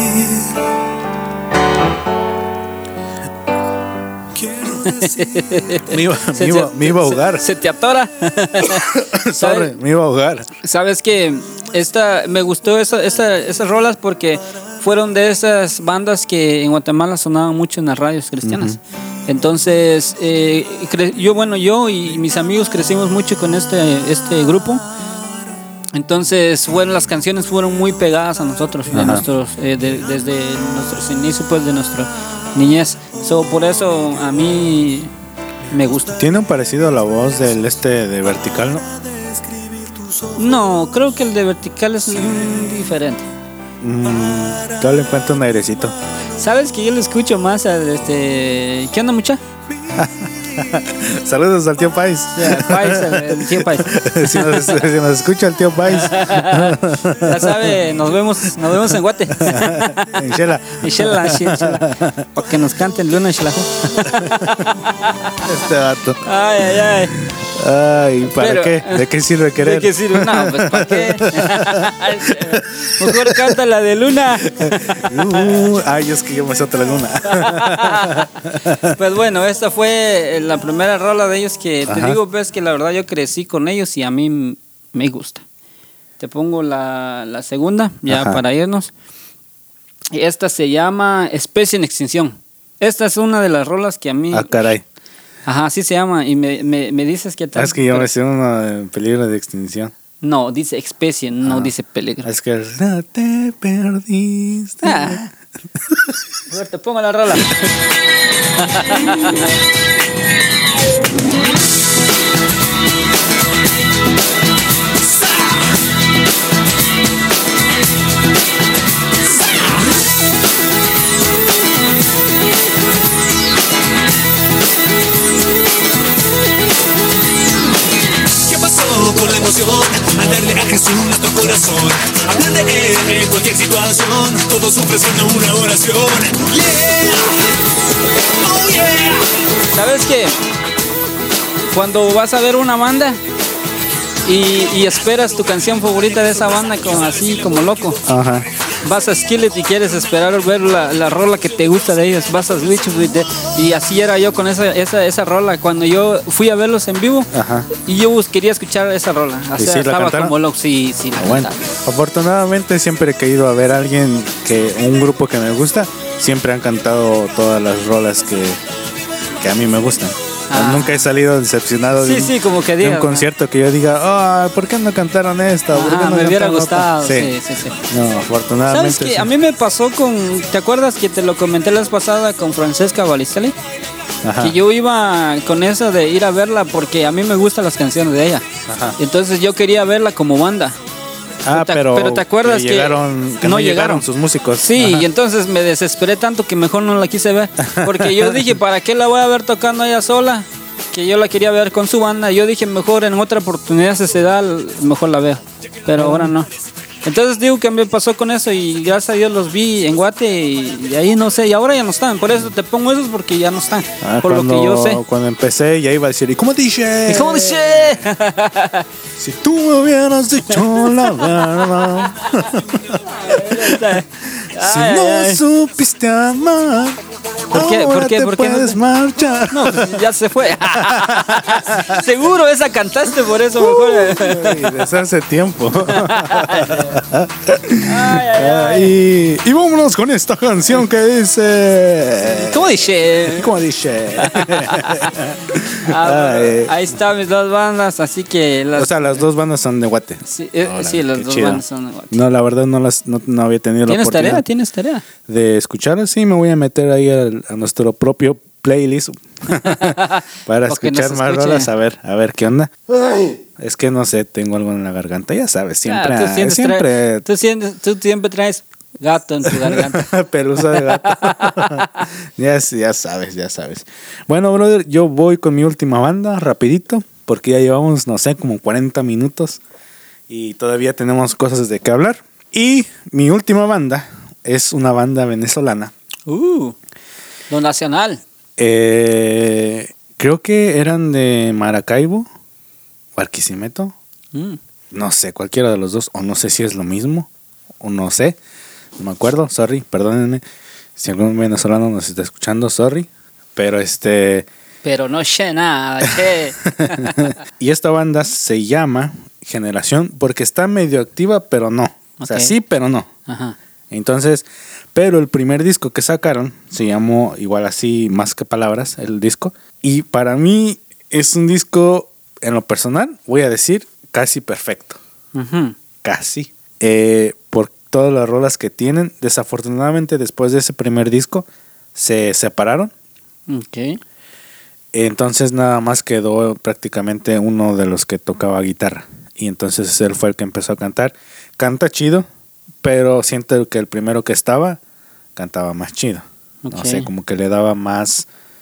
Quiero decir. Me iba a ahogar. Se te atora. Sorry, me iba a ahogar. Sabes que me gustó esas rolas porque fueron de esas bandas que en Guatemala sonaban mucho en las radios cristianas. Entonces, yo y mis amigos crecimos mucho con este grupo. Entonces, las canciones fueron muy pegadas a nosotros, desde nuestros inicios, pues, de nuestra niñez. Por eso a mí me gusta. ¿Tiene un parecido a la voz del de Vertical, no? No, creo que el de Vertical es diferente. Yo le encuentro un airecito. ¿Sabes que yo lo escucho más al ¿Qué onda, mucha? Saludos al tío Pais. El tío Pais. si nos escucha el tío Pais. Ya sabe, nos vemos en Guate. En Shela. Para que nos canten Luna y Xelajú. Este vato. Ay. Ay, ¿para qué? ¿De qué sirve querer? ¿De qué sirve? No, pues ¿para qué? Mejor canta la de Luna. Ay, es que yo me sé otra Luna. Pues bueno, esta fue la primera rola de ellos que te digo, ves que la verdad yo crecí con ellos y a mí me gusta. Te pongo la segunda, ya para irnos. Esta se llama Especie en Extinción. Esta es una de las rolas que a mí... Ah, caray. Ajá, así se llama. Y me dices que tal. Es que yo me sé uno en peligro de extinción. No, dice especie, no dice peligro. Es que no te perdiste. A ver, te pongo la rola. Con la emoción, al darle a Jesús nuestro corazón, hablar de Él en cualquier situación, todos ofreciendo una oración. Yeah, oh yeah. ¿Sabes qué? Cuando vas a ver una banda y esperas tu canción favorita de esa banda así como loco. Ajá. Vas a Skillet y quieres esperar ver la rola que te gusta de ellos. Vas a Switch y así era yo con esa rola. Cuando yo fui a verlos en vivo, y yo quería escuchar esa rola. O sea, estaba como loco. Sí, bueno, afortunadamente siempre que he ido a ver a alguien, un grupo que me gusta, siempre han cantado todas las rolas que a mí me gustan. Nunca he salido decepcionado Sí, como que de diga, un concierto que yo diga, ¿por qué no cantaron esta? ¿Por qué no me hubiera cantaron gustado. otra? Sí. No, afortunadamente. ¿Sabes qué? sí. A mí me pasó ¿te acuerdas que te lo comenté la vez pasada con Francesca Balistelli? Ajá. Que yo iba con eso de ir a verla porque a mí me gustan las canciones de ella. Ajá. Entonces yo quería verla como banda. Pero ¿te acuerdas que no llegaron sus músicos? Sí, Ajá. y entonces me desesperé tanto que mejor no la quise ver. Porque yo dije, ¿para qué la voy a ver tocando ella sola? Que yo la quería ver con su banda. Yo dije, mejor en otra oportunidad si se da, mejor la veo. Pero ahora no. Entonces digo que me pasó con eso y gracias a Dios los vi en Guate y ahí no sé, y ahora ya no están. Por eso te pongo esos porque ya no están. Por lo que yo sé. Cuando empecé ya iba a decir, ¿y cómo dije? ¿Y cómo dice? Si tú me hubieras dicho la verdad. Si no supiste amar. ¿Por qué? ahora te ¿Por qué puedes no? marchar. No, pues ya se fue. Seguro esa cantaste por eso mejor. Desde hace tiempo. Ay. Y vámonos con esta canción que dice. ¿Cómo dice? ¿Cómo dice? Ahí están mis dos bandas, así que O sea, las dos bandas son de Guate. sí, Hola, sí, las qué dos chido. bandas son de Guate. No, la verdad no había tenido la oportunidad ¿Tienes tarea? de escuchar. Sí, me voy a meter ahí a nuestro propio playlist para Porque escuchar nos más escuche. rolas, a ver qué onda. Es que no sé, tengo algo en la garganta, ya sabes, siempre Tú siempre traes gato en tu garganta. pelusa de gato. ya sabes. Bueno, brother, yo voy con mi última banda rapidito porque ya llevamos, no sé, como 40 minutos y todavía tenemos cosas de qué hablar. Y mi última banda es una banda venezolana. Lo nacional. Creo que eran de Maracaibo, Barquisimeto. No sé, cualquiera de los dos. O no sé si es lo mismo. O no sé. No me acuerdo. Sorry, perdónenme. Si algún venezolano nos está escuchando, sorry. Pero Pero no sé nada, che. y esta banda se llama Generación porque está medio activa, pero no. O sea, Ok. sí, pero no. Ajá. Entonces, pero el primer disco que sacaron se llamó igual así, Más que Palabras, el disco. Y para mí es un disco, en lo personal, voy a decir, casi perfecto. Ujú. Casi. Por todas las rolas que tienen. Desafortunadamente, después de ese primer disco, se separaron. Ok. Entonces nada más quedó prácticamente uno de los que tocaba guitarra. Y entonces él fue el que empezó a cantar. Canta chido, pero siento que el primero que estaba cantaba más chido. No Ok. sé, como que le daba más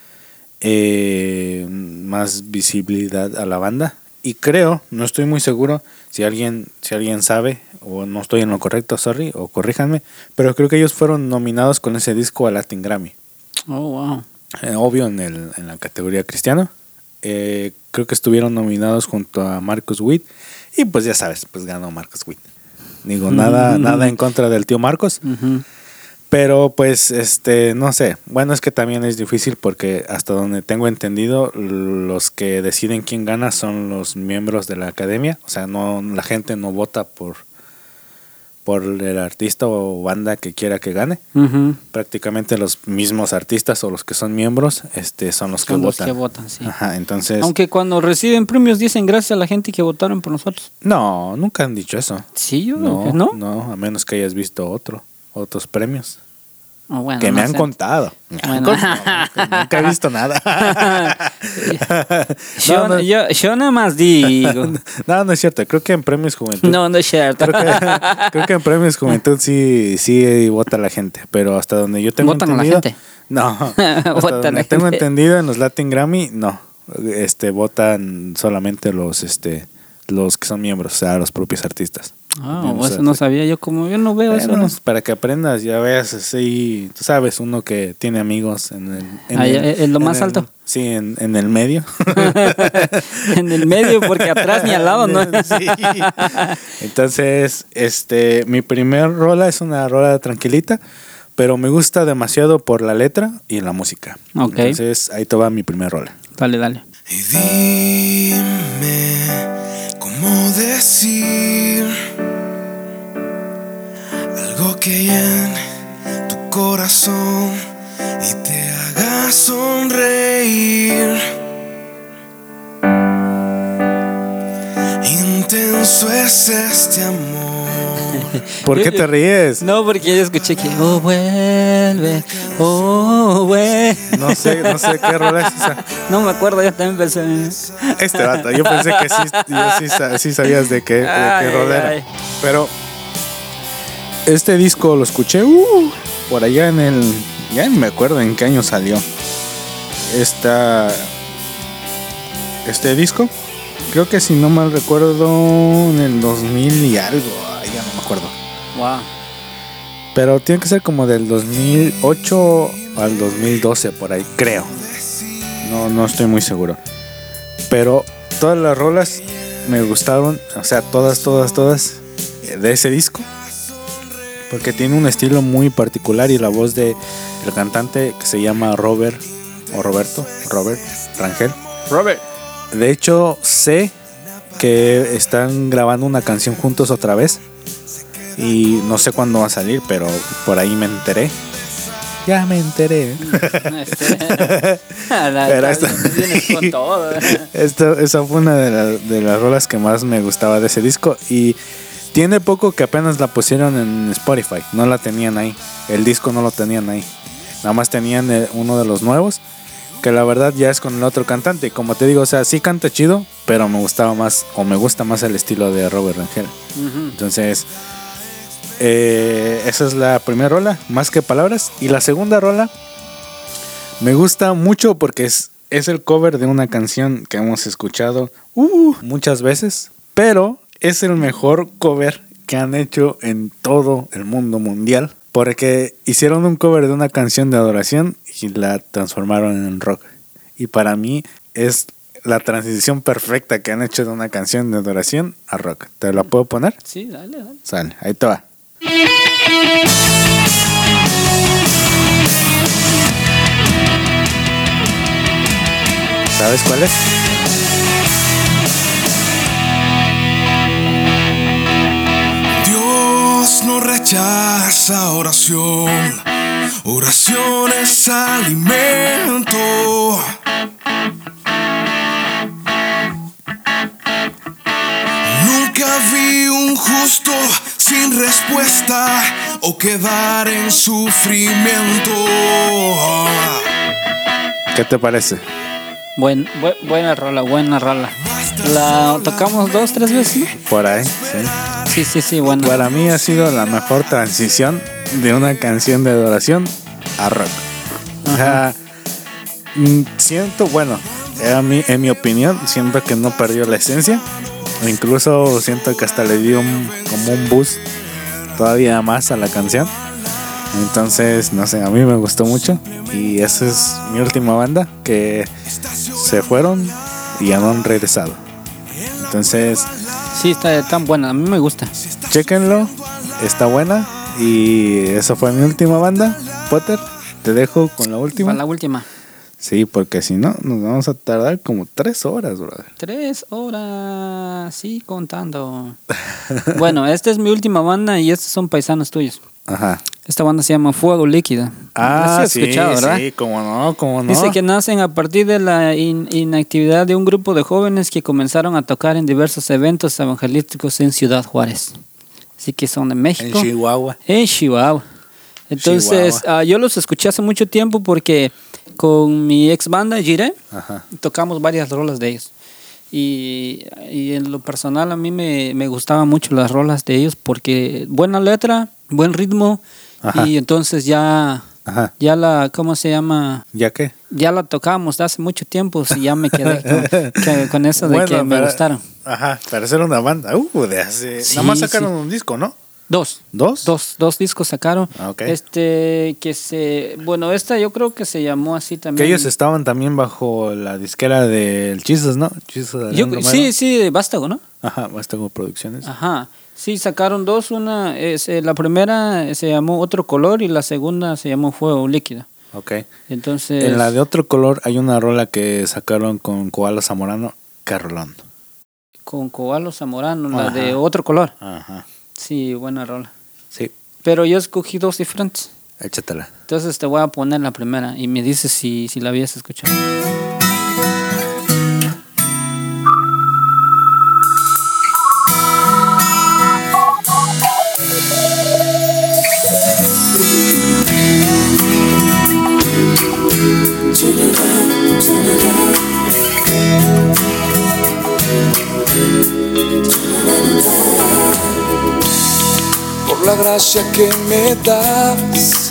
visibilidad a la banda. Y creo, no estoy muy seguro, si alguien sabe, o no estoy en lo correcto, sorry, o corríjanme, pero creo que ellos fueron nominados con ese disco a Latin Grammy. Oh, wow. Obvio en la categoría cristiano. Creo que estuvieron nominados junto a Marcus Witt. Y pues ya sabes, pues ganó Marcus Witt. Digo, nada en contra del tío Marcos. Ujú. Pero pues, no sé. Bueno, es que también es difícil porque hasta donde tengo entendido, los que deciden quién gana son los miembros de la academia. O sea, no, la gente no vota por el artista o banda que quiera que gane. Ujú. Prácticamente los mismos artistas o los que son miembros son los que Son los votan. que votan, sí. Ajá, entonces... Aunque cuando reciben premios dicen gracias a la gente que votaron por nosotros. No, nunca han dicho eso. Sí, yo creo que no. No, a menos que hayas visto otros premios. Oh, bueno, Que no me han sé. contado. Bueno. Nunca he visto nada. Yo nada más digo. No es cierto. Creo que en Premios Juventud... No, no es cierto. Creo que en Premios Juventud sí vota la gente. Pero hasta donde yo tengo ¿Votan a la entendido... gente? No. Hasta Votan donde a la tengo gente. entendido en los Latin Grammy, no. Votan solamente los que son miembros, o sea, los propios artistas. Ah, eso no sabía yo, como yo no veo eso. Bueno, ¿No? para que aprendas, ya veas así, tú sabes, uno que tiene amigos ¿En lo más alto? Sí, en el medio. En el medio, porque atrás ni al lado, ¿no? Sí. Entonces, mi primer rola es una rola tranquilita, pero me gusta demasiado por la letra y la música. Ok. Entonces, ahí te va mi primer rola. Dale. Y dime cómo decir algo que llene tu corazón y te haga sonreír. inmenso es este amor. ¿Por qué te ríes? No, porque yo escuché que oh vuelve. No sé qué rola es esa. No me acuerdo, yo también pensé. Este vato, yo pensé que sí sabías de qué rola era. Pero este disco lo escuché por allá ya ni me acuerdo en qué año salió. Este disco, creo que si no mal recuerdo en el 2000 y algo, ya no me acuerdo. Wow. Pero tiene que ser como del 2008 al 2012 por ahí, creo. No estoy muy seguro. Pero todas las rolas me gustaron, o sea, todas de ese disco. Porque tiene un estilo muy particular y la voz de el cantante que se llama Robert Rangel. De hecho, sé que están grabando una canción juntos otra vez. Y no sé cuándo va a salir, pero por ahí me enteré. Ya me enteré. Pero esa fue una de las rolas que más me gustaba de ese disco. Y tiene poco que apenas la pusieron en Spotify. No la tenían ahí. El disco no lo tenían ahí. Nada más tenían uno de los nuevos, que la verdad ya es con el otro cantante. Como te digo, o sea, sí canta chido, pero me gusta más el estilo de Robert Rangel. Entonces, esa es la primera rola, Más que palabras. Y la segunda rola me gusta mucho porque es el cover de una canción que hemos escuchado muchas veces, pero es el mejor cover que han hecho en todo el mundo mundial, porque hicieron un cover de una canción de adoración y la transformaron en rock. Y para mí es la transición perfecta que han hecho de una canción de adoración a rock. ¿Te la puedo poner? Sí, dale. Sale, ahí te va. ¿Sabes cuál es? Dios no rechaza oración. Oración es alimento. Nunca vi un justo sin respuesta o quedar en sufrimiento. ¿Qué te parece? Buena rola. La tocamos 2-3 veces, ¿no? Por ahí, sí. Sí, bueno. Para mí ha sido la mejor transición de una canción de adoración a rock. O sea, siento, bueno, en mi opinión, siento que no perdió la esencia. O incluso siento que hasta le dio como un boost todavía más a la canción. Entonces, no sé, a mí me gustó mucho. Y esa es mi última banda, que se fueron y ya no han regresado. Entonces, sí, está tan buena, a mí me gusta. Chéquenlo, está buena. Y esa fue mi última banda. Potter, te dejo con la última. Con la última. Sí, porque si no, nos vamos a tardar como 3 horas, brother. 3 horas, sí, contando. Bueno, esta es mi última banda y estos son paisanos tuyos. Ajá. Esta banda se llama Fuego Líquido. Sí, escuchado, ¿verdad? Sí, cómo no. Dice que nacen a partir de la inactividad de un grupo de jóvenes que comenzaron a tocar en diversos eventos evangelísticos en Ciudad Juárez. Así que son de México. En Chihuahua. Entonces, yo los escuché hace mucho tiempo porque con mi ex banda, Jiré, tocamos varias rolas de ellos. Y en lo personal a mí me gustaban mucho las rolas de ellos porque buena letra, buen ritmo. Y entonces ya la, ¿cómo se llama? ¿Ya qué? Ya la tocábamos hace mucho tiempo y ya me quedé con eso de que me gustaron. Pero esa era una banda, de hace... Sí, nada más sacaron un disco, ¿no? Dos discos sacaron. Okay. Bueno, esta yo creo que se llamó así también. Que ellos estaban también bajo la disquera del Chizos, ¿no? Chizos de sí, Vástago, ¿no? Vástago Producciones. Sí, sacaron 2, una la primera se llamó Otro Color y la segunda se llamó Fuego Líquido. Entonces, en la de Otro Color hay una rola que sacaron con Koalo Zamorano, Carolón. Con Koalo Zamorano, la de Otro Color. Sí, buena rola. Sí. Pero yo escogí 2 diferentes. Échatela. Entonces te voy a poner la primera y me dices si la habías escuchado. la gracia que me das,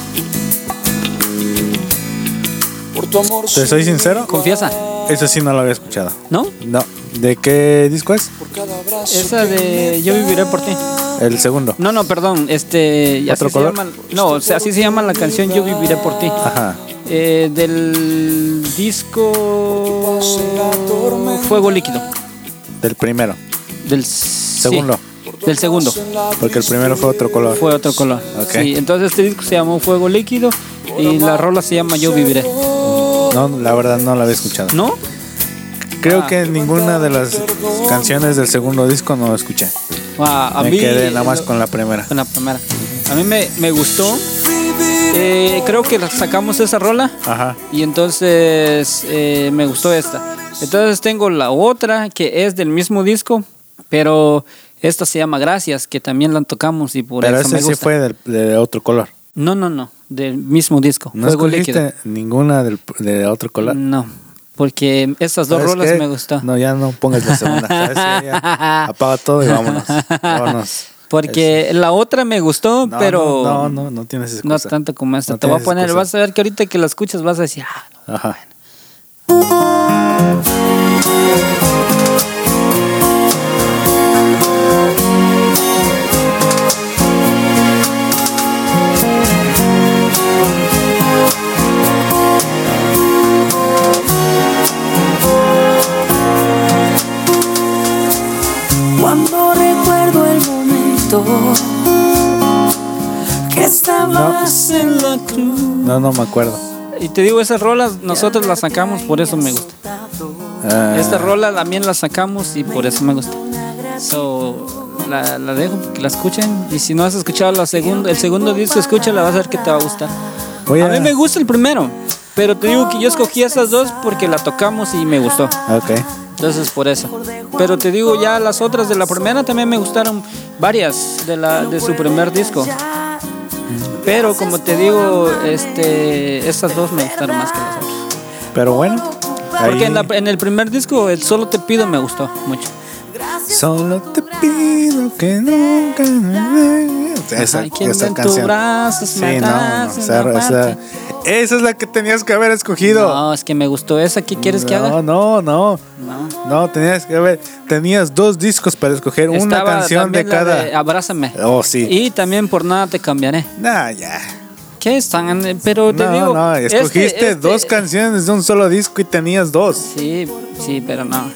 por tu amor. ¿Te soy sincero? Confiesa. Eso sí no lo había escuchado. ¿No? No. ¿De qué disco es? Esa de Yo viviré por ti. El segundo. No, perdón. ¿Otro color? No, o sea, así se llama la canción Yo viviré por ti. Ajá. Del disco Fuego Líquido. Del primero. Del segundo. Sí, del segundo. Porque el primero fue otro color. Fue otro color. Okay. Sí, entonces este disco se llamó Fuego Líquido y la rola se llama Yo viviré. No, la verdad no la había escuchado. ¿No? Creo que ninguna de las canciones del segundo disco no escuché. A Me mí, quedé nada más con la primera. Con la primera. A mí me gustó. Creo que sacamos esa rola. Ajá. Y entonces me gustó esta. Entonces tengo la otra que es del mismo disco, pero esta se llama Gracias, que también la tocamos y por pero eso me ese gusta. sí fue de otro color. No, del mismo disco. ¿No Fuego escogiste Líquido. ninguna de otro color? No, porque esas dos ¿Sabes rolas qué? me gustó. No, ya no pongas la segunda. ¿Sabes qué? Ya, apaga todo y vámonos. Vámonos. Porque la otra me gustó, No, pero no tienes excusa. no tanto como esta. No Te voy a tienes poner, excusa. vas a ver que ahorita que la escuchas vas a decir, Ajá. Cuando recuerdo el momento que estabas en la cruz. No me acuerdo. y te digo, esas rolas nosotros las sacamos, por eso me gusta. Esta rola también la sacamos y por eso me gusta. La dejo que la escuchen. Y si no has escuchado el segundo disco, escúchala, vas a ver que te va a gustar. A mí me gusta el primero, pero te digo que yo escogí esas dos porque la tocamos y me gustó. Ok. Entonces por eso. Pero te digo, ya las otras de la primera también me gustaron varias de su primer disco. Pero como te digo, estas dos me gustaron más que las otras. Pero bueno. Porque ahí... en el primer disco, el Solo Te Pido me gustó mucho. Solo te pido que nunca me esa canción. Esa es la que tenías que haber escogido. No, es que me gustó esa. ¿Qué quieres que haga? No, tenías dos discos para escoger. Una Estaba canción de también cada. la de Abrázame. Oh, sí. Y también Por Nada Te Cambiaré. Nah, ya. ¿Qué están? Pero te digo. No, escogiste dos canciones de un solo disco y tenías dos. Sí, pero no.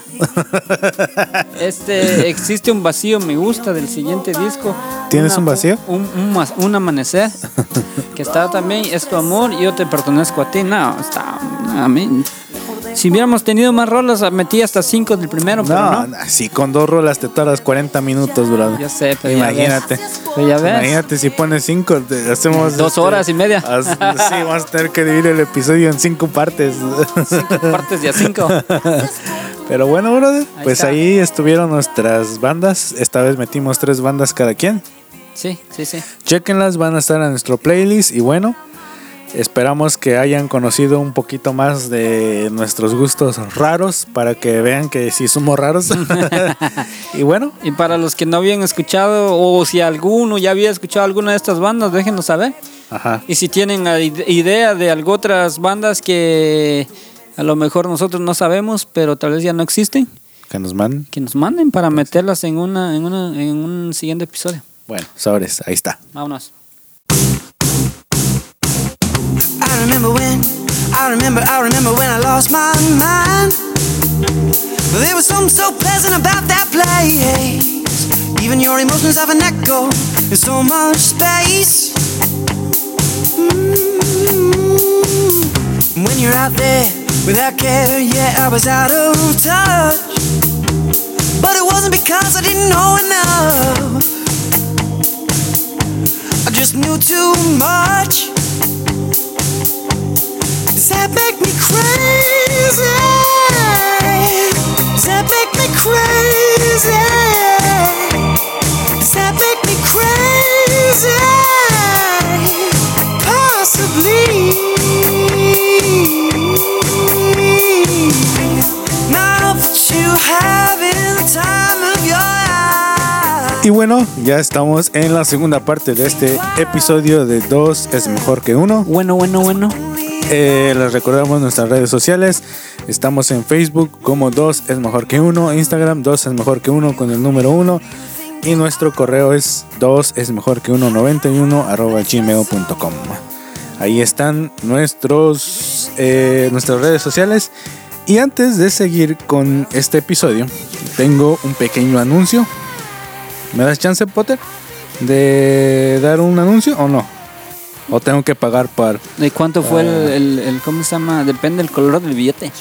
Existe un vacío, me gusta del siguiente disco. ¿Tienes un vacío? Un amanecer. Que está también, es tu amor y yo te pertenezco a ti. No, está. A mí. Si hubiéramos tenido más rolas, metí hasta 5 del primero, pero no. Sí, con dos rolas te tardas 40 minutos, bro. Ya sé, pero imagínate. Ya ves. Imagínate si pones 5, hacemos 2 horas y media. Sí, vamos a tener que dividir el episodio en 5 partes. 5 partes de a 5. Pero bueno, brother, pues está. ahí estuvieron nuestras bandas. Esta vez metimos 3 bandas cada quien. Sí. Chequenlas, van a estar en nuestro playlist. Y bueno, esperamos que hayan conocido un poquito más de nuestros gustos raros para que vean que sí somos raros. Y bueno. Y para los que no habían escuchado, o si alguno ya había escuchado alguna de estas bandas, déjenos saber. Ajá. Y si tienen idea de algo otras bandas que a lo mejor nosotros no sabemos, pero tal vez ya no existen, Que nos manden. que nos manden para meterlas en un siguiente episodio. Bueno, sobres, ahí está. Vámonos. I remember when I lost my mind. There was something so pleasant about that place. Even your emotions have an echo in so much space. When you're out there without care, yeah, I was out of touch. But it wasn't because I didn't know enough. I just knew too much. Does that make me crazy? Does that make me crazy? Does that make me crazy? Possibly. Now that you have in the time of your life. Y bueno, ya estamos en la segunda parte de este episodio de 2 es mejor que 1. Bueno. Les recordamos nuestras redes sociales. Estamos en Facebook como 2 es mejor que 1, Instagram 2 es mejor que 1 con el número 1 y nuestro correo es 2 es mejor que 191@gmail.com. Ahí están nuestras redes sociales. Y antes de seguir con este episodio, tengo un pequeño anuncio. ¿Me das chance, Potter, de dar un anuncio o no? ¿O tengo que pagar para...? ¿De cuánto fue el cómo se llama? Depende del color del billete.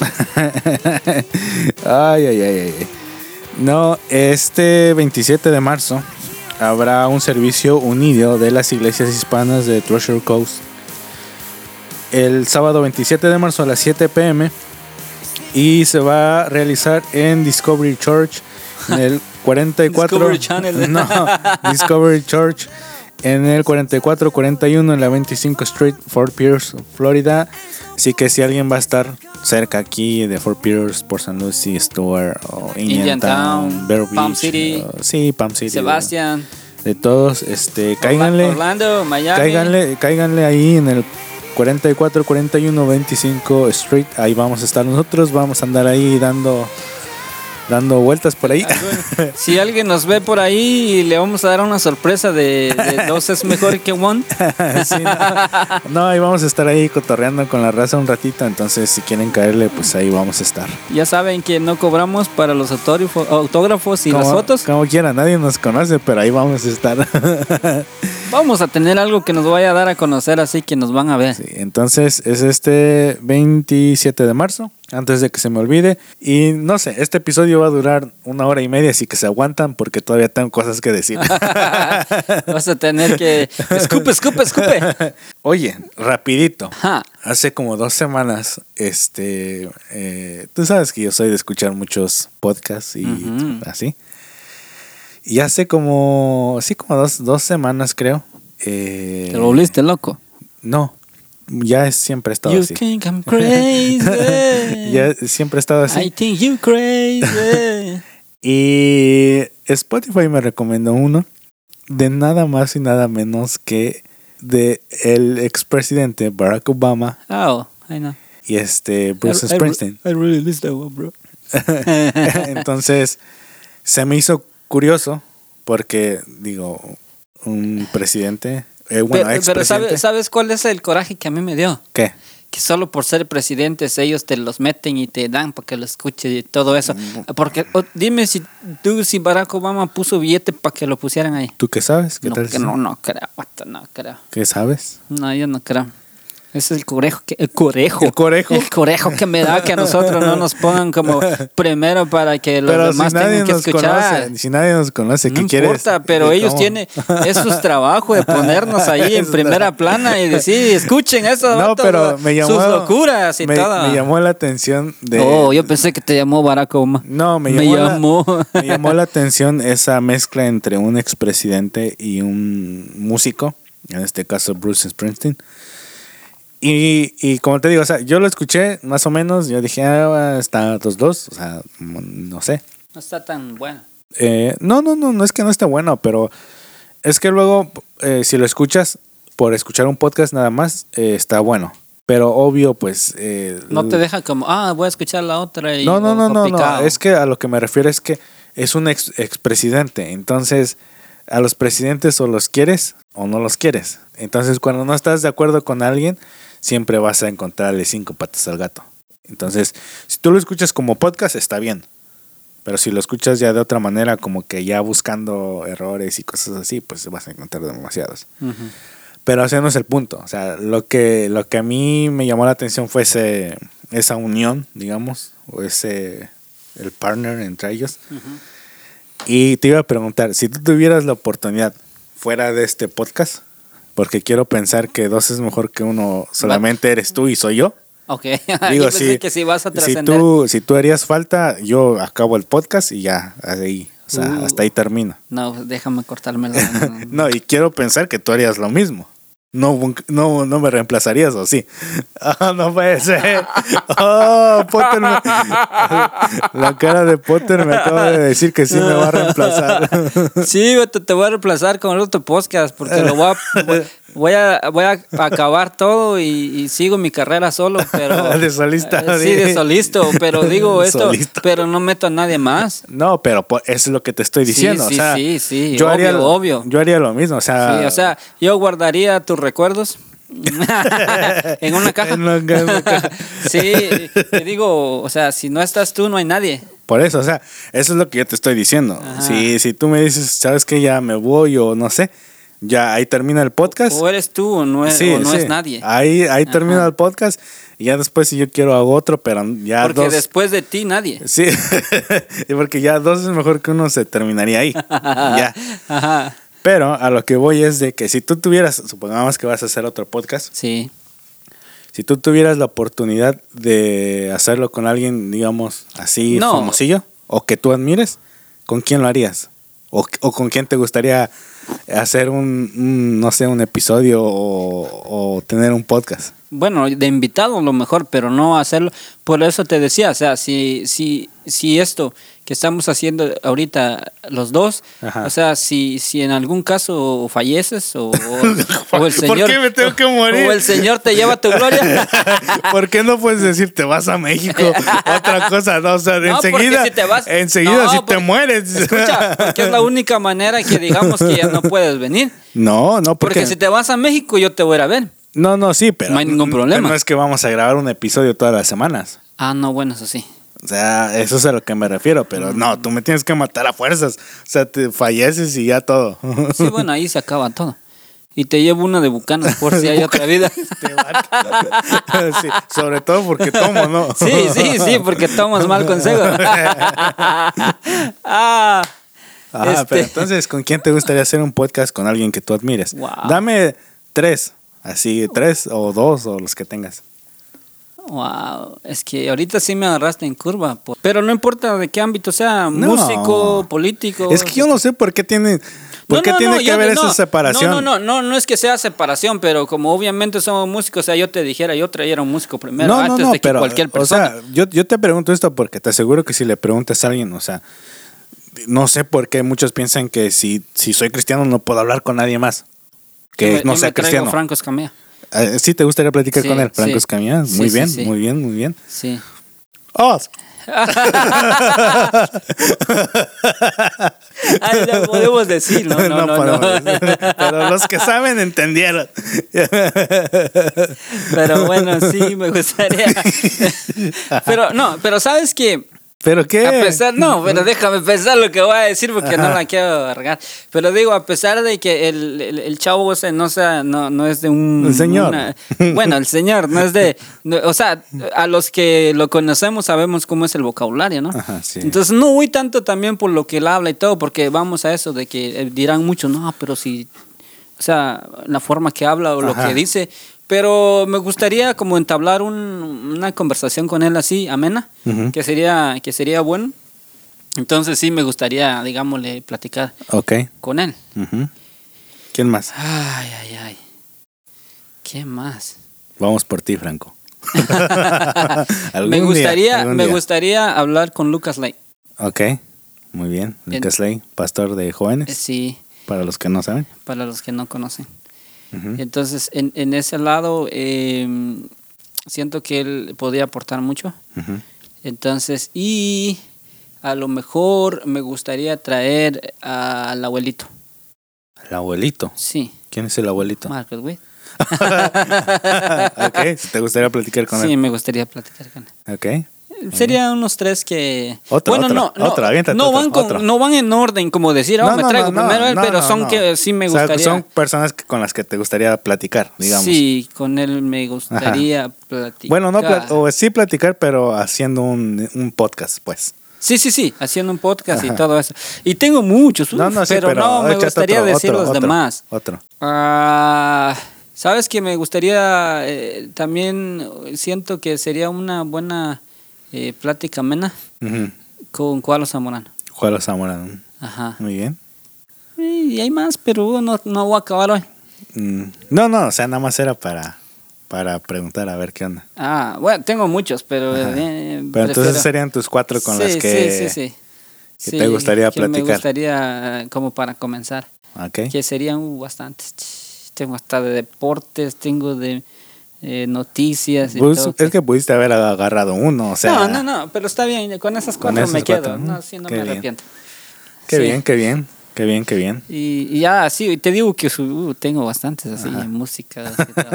Ay. No, este 27 de marzo habrá un servicio unido de las iglesias hispanas de Treasure Coast. El sábado 27 de marzo a las 7 p.m. Y se va a realizar en Discovery Church, en el 44... Discovery Channel. No, Discovery Church, en el 4441 en la 25 Street, Fort Pierce, Florida. Así que si alguien va a estar cerca aquí de Fort Pierce, Port St. Lucie, Stewart, o Indian Town, Vero Beach, Palm City, sí, Palm City, Sebastián, de todos, cáiganle, Orlando, Miami, cáiganle ahí en el 4441 25 Street. Ahí vamos a estar nosotros, vamos a andar ahí dando vueltas por ahí. Si alguien nos ve por ahí, le vamos a dar una sorpresa de 2 es mejor que 1. Sí, no, ahí vamos a estar ahí cotorreando con la raza un ratito. Entonces, si quieren caerle, pues ahí vamos a estar. Ya saben que no cobramos para los autógrafos y las fotos. Como quiera, nadie nos conoce, pero ahí vamos a estar. Vamos a tener algo que nos vaya a dar a conocer, así que nos van a ver. Sí, entonces es este 27 de marzo, antes de que se me olvide. Y no sé, este episodio va a durar 1 hora y media, así que se aguantan porque todavía tengo cosas que decir. Vas a tener que... Escupe. Oye, rapidito. Ajá. Hace como 2 semanas, tú sabes que yo soy de escuchar muchos podcasts y así. Y hace como 2 semanas, creo. ¿Te lo volviste loco? No, ya siempre he estado You así. think I'm crazy. Ya siempre he estado así. I think you crazy. Y Spotify me recomendó uno de nada más y nada menos que de el expresidente Barack Obama. Oh, I know. Y Bruce Springsteen. I really missed that one, bro. Entonces, se me hizo curioso porque, digo, un presidente, expresidente. Pero ¿sabes cuál es el coraje que a mí me dio? ¿Qué? Que solo por ser presidentes ellos te los meten y te dan para que lo escuches y todo eso. Porque dime si Barack Obama puso billete para que lo pusieran ahí. ¿Tú qué sabes? ¿Qué tal? No creo. No creo. ¿Qué sabes? No, yo no creo. Ese es el corejo que me da que a nosotros no nos pongan como primero para que los demás tengan que escuchar. Si nadie nos conoce, ¿qué quieres? No importa, pero ellos tienen, es su trabajo de ponernos ahí en primera plana y decir, escuchen eso, no, pero me llamó, sus locuras y todo. Me llamó la atención de... Oh, yo pensé que te llamó Barack Obama. No, me llamó la atención esa mezcla entre un expresidente y un músico, en este caso Bruce Springsteen. Y como te digo, o sea, yo lo escuché más o menos, yo dije, está 2-2, o sea, no sé. No está tan bueno. No es que no esté bueno, pero es que luego, si lo escuchas por escuchar un podcast nada más, está bueno. Pero obvio, pues... no te deja como, voy a escuchar la otra y... No, es que a lo que me refiero es que es un expresidente, entonces a los presidentes o los quieres o no los quieres. Entonces cuando no estás de acuerdo con alguien, siempre vas a encontrarle 5 patas al gato. Entonces, si tú lo escuchas como podcast, está bien. Pero si lo escuchas ya de otra manera, como que ya buscando errores y cosas así, pues vas a encontrar demasiados. Uh-huh. Pero ese no es el punto. O sea, lo que a mí me llamó la atención fue esa unión, digamos, o el partner entre ellos. Uh-huh. Y te iba a preguntar, si tú tuvieras la oportunidad fuera de este podcast, porque quiero pensar que 2 es mejor que 1, solamente eres tú y soy yo. Ok, digo, yo pensé que si vas a trascender. Si tú harías falta, yo acabo el podcast y ya, ahí, o sea, hasta ahí termino. No, déjame cortarme la... No, y quiero pensar que tú harías lo mismo. No me reemplazarías, ¿o sí? Oh, no puede ser. Oh, Potter. La cara de Potter me acaba de decir que sí me va a reemplazar. Sí, te voy a reemplazar con el otro podcast porque voy a acabar todo y sigo mi carrera solo, pero de solista. sí, de solisto, pero digo esto, Solista. pero no meto a nadie más. No, pero eso es lo que te estoy diciendo. Sí, o sea, sí, yo obvio. Yo haría lo mismo, o sea. Sí, o sea, yo guardaría tus recuerdos en una caja. Sí, te digo, o sea, si no estás tú, no hay nadie. Por eso, o sea, eso es lo que yo te estoy diciendo. Si tú me dices, ¿sabes qué? Ya me voy o no sé, ya ahí termina el podcast. O eres tú o no es nadie. Ahí termina el podcast y ya después si yo quiero hago otro, pero ya porque después de ti nadie. Sí, y porque ya dos es mejor que uno, se terminaría ahí. Ya. Ajá. Pero a lo que voy es de que si tú tuvieras, supongamos que vas a hacer otro podcast. Sí. Si tú tuvieras la oportunidad de hacerlo con alguien, digamos, así famosillo, o que tú admires, ¿con quién lo harías? ¿O con quién te gustaría hacer no sé, un episodio o tener un podcast? Bueno, de invitado lo mejor, pero no hacerlo. Por eso te decía, o sea, si esto que estamos haciendo ahorita los dos, Ajá. o sea, si en algún caso falleces o el Señor, ¿por qué me tengo que morir? O el Señor te lleva tu gloria. ¿Por qué no puedes decir te vas a México? Otra cosa, no, o sea, No, enseguida, si te vas, te mueres. Escucha, porque es la única manera que digamos que ya no puedes venir. No, porque si te vas a México yo te voy a ir a ver. No, sí, pero no hay ningún problema. No es que vamos a grabar un episodio todas las semanas. Ah, no, bueno, eso sí. O sea, eso es a lo que me refiero, pero no, tú me tienes que matar a fuerzas. O sea, te falleces y ya todo. Sí, bueno, ahí se acaba todo. Y te llevo una de Bucanas por si hay otra vida. Sí, sobre todo porque tomo, ¿no? Sí, porque tomas mal consejo. Pero entonces, ¿con quién te gustaría hacer un podcast con alguien que tú admires? Wow. Dame 3, así 3 o 2 o los que tengas. Wow, es que ahorita sí me agarraste en curva. Pero no importa de qué ámbito sea, músico, político. Es que yo no sé por qué tiene que haber esa separación. No es que sea separación, pero como obviamente somos músicos, o sea, yo te dijera, yo trayera un músico primero antes de que cualquier persona. O sea, yo te pregunto esto porque te aseguro que si le preguntas a alguien, o sea, no sé por qué muchos piensan que si soy cristiano no puedo hablar con nadie más que no sea cristiano. Franco Escamilla. ¿Sí te gustaría platicar con él? Franco sí. Escamilla. Muy bien. Sí. ¡Oh! Ay, no podemos decir, no. Pero los que saben entendieron. Pero bueno, sí, me gustaría. Pero ¿sabes qué? ¿Pero qué? Pero déjame pensar lo que voy a decir porque no la quiero alargar. Pero digo, a pesar de que el chavo ese no es de un... El señor. Bueno, el señor no es de... o sea, a los que lo conocemos sabemos cómo es el vocabulario, ¿no? Ajá, sí. Entonces no voy tanto también por lo que él habla y todo, porque vamos a eso de que dirán mucho, no, pero si... O sea, la forma que habla o lo que dice... Pero me gustaría como entablar una conversación con él así, amena, que sería bueno. Entonces sí me gustaría, digámosle, platicar con él. ¿Quién más? Ay. ¿Qué más? Vamos por ti, Franco. Me gustaría hablar con Lucas Ley. Ok, muy bien. Lucas Ley, pastor de jóvenes. Sí. Para los que no saben. Para los que no conocen. Entonces, en ese lado, siento que él podría aportar mucho. Entonces, y a lo mejor me gustaría traer al abuelito. ¿El abuelito? Sí. ¿Quién es el abuelito? Marcos, güey. Ok, ¿te gustaría platicar con él? Sí, me gustaría platicar con él. Ok. Serían unos 3 que... No van en orden, como decir, me traigo primero él, pero son que sí me gustaría... O sea, son personas con las que te gustaría platicar, digamos. Sí, con él me gustaría platicar. Bueno, sí platicar, pero haciendo un podcast, pues. Sí, haciendo un podcast y todo eso. Y tengo muchos, pero no me gustaría decir los demás. Otro. ¿Sabes que me gustaría también, siento que sería una buena... plática amena con Jualo Zamorano. Jualo Zamorano. Ajá. Muy bien. Y hay más, pero no voy a acabar hoy. No, o sea, nada más era para preguntar a ver qué onda. Bueno, tengo muchos, pero... Pero entonces serían tus 4 con las que... Sí. Que te gustaría que platicar. Me gustaría, como para comenzar. Okay. Que serían bastantes. Tengo hasta de deportes, tengo de noticias y todo. Es que pudiste haber agarrado uno, o sea... No, pero está bien, con esas 4 me quedo. No, sí, no me arrepiento. Qué bien. Y ya, sí, te digo que tengo bastantes así, música.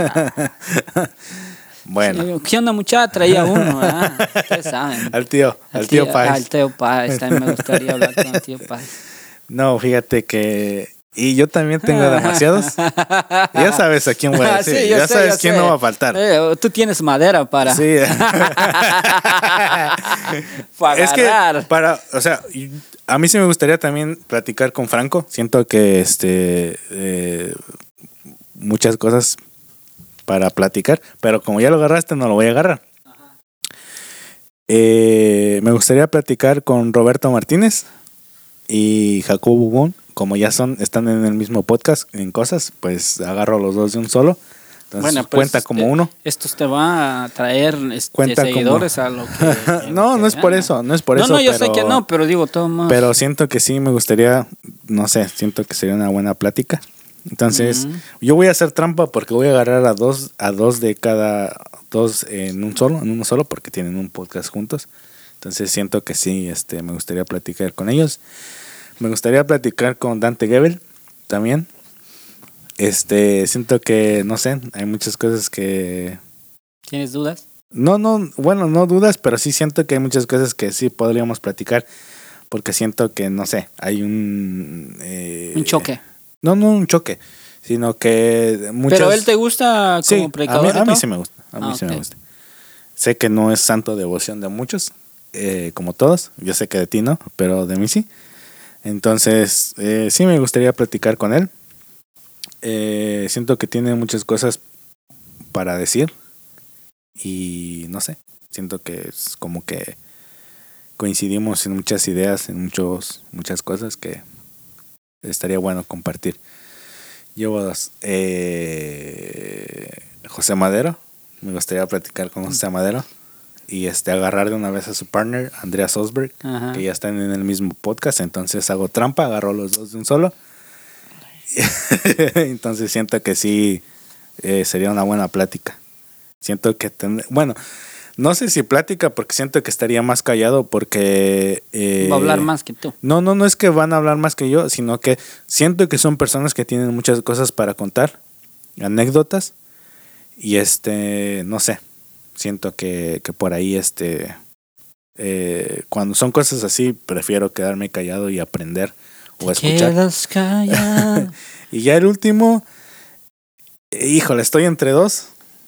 Bueno. ¿Qué onda, muchacha? Traía uno, ¿verdad? Ustedes saben. Al tío Páez. Al tío Páez, también me gustaría hablar con el tío Páez. No, fíjate que... Y yo también tengo demasiados. Ya sabes a quién voy a decir. Sí, ya sabes quién no va a faltar. Tú tienes madera para... Sí. para es agarrar. que, o sea, a mí sí me gustaría también platicar con Franco. Siento que muchas cosas para platicar, pero como ya lo agarraste, no lo voy a agarrar. Me gustaría platicar con Roberto Martínez y Jacobo Bugón. Como ya están en el mismo podcast en cosas, pues agarro los dos de un solo. Entonces pues, cuenta como uno. Esto te va a traer seguidores a lo que... No es por eso, no es por eso. No, yo sé que no, pero digo todo más. Pero siento que sí me gustaría, no sé, siento que sería una buena plática. Entonces, yo voy a hacer trampa porque voy a agarrar a dos de cada dos en uno solo, porque tienen un podcast juntos. Entonces siento que sí, me gustaría platicar con ellos. Me gustaría platicar con Dante Gebel también. Siento que, no sé, hay muchas cosas que... ¿Tienes dudas? No dudas, pero sí siento que hay muchas cosas que sí podríamos platicar, porque siento que, no sé, hay un choque. No un choque, sino que muchas... ¿Pero él te gusta como predicador? A mí sí me gusta, sí me gusta. Sé que no es santo devoción de muchos, como todos, yo sé que de ti no, pero de mí sí. Entonces, sí me gustaría platicar con él. Siento que tiene muchas cosas para decir y no sé, siento que es como que coincidimos en muchas ideas, en muchas cosas que estaría bueno compartir. Llevo dos. José Madero, me gustaría platicar con José Madero y agarrar de una vez a su partner, Andreas Osberg, que ya están en el mismo podcast. Entonces hago trampa, agarro los dos de un solo. Entonces siento que sí, sería una buena plática. Siento que no sé si plática, porque siento que estaría más callado, porque va a hablar más que tú. No es que van a hablar más que yo, sino que siento que son personas que tienen muchas cosas para contar, anécdotas, y no sé, siento que por ahí cuando son cosas así, prefiero quedarme callado y aprender o escuchar. Quedas callado. Y ya el último, híjole, estoy entre dos,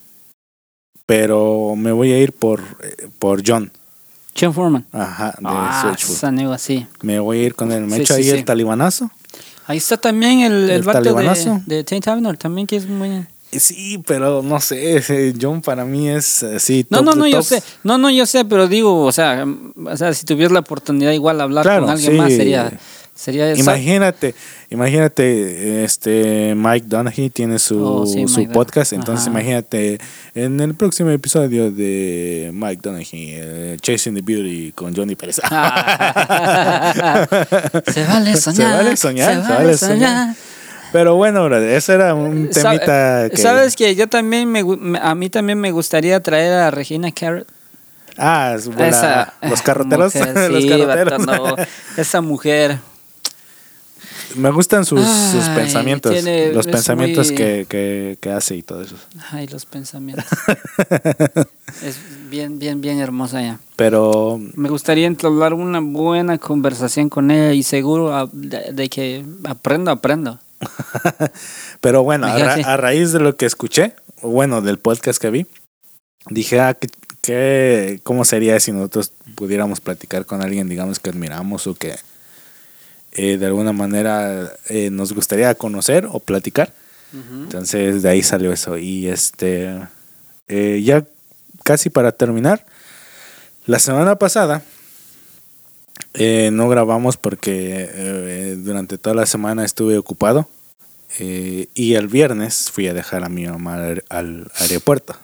pero me voy a ir por John Foreman. Ajá, de Switchfoot. Así. Me voy a ir con él. Me echo ahí el talibanazo. Ahí está también el vato talibanazo de Tate Abner, también, que es muy... Sí, pero no sé, John para mí es así. Yo sé. No, yo sé, pero digo, o sea, si tuvieras la oportunidad igual de hablar con alguien más, sería eso. Imagínate, Mike Donaghy tiene su podcast, entonces imagínate en el próximo episodio de Mike Donaghy, Chasing the Beauty con Johnny Pérez. Se vale soñar. Pero bueno, ese era un temita que... ¿Sabes que yo también a mí también me gustaría traer a Regina Carrot? Los carroteros. Mujer, los carroteros. Esa mujer. Me gustan sus pensamientos, los pensamientos que hace y todo eso. Ay, los pensamientos. Es bien hermosa ella. Pero me gustaría entablar una buena conversación con ella y seguro de que aprendo. Pero bueno, a raíz de lo que escuché, del podcast que vi, dije, ¿cómo sería si nosotros pudiéramos platicar con alguien, digamos, que admiramos o que de alguna manera nos gustaría conocer o platicar? Entonces de ahí salió eso. Y ya casi para terminar, la semana pasada no grabamos porque durante toda la semana estuve ocupado. Y el viernes fui a dejar a mi mamá al aeropuerto.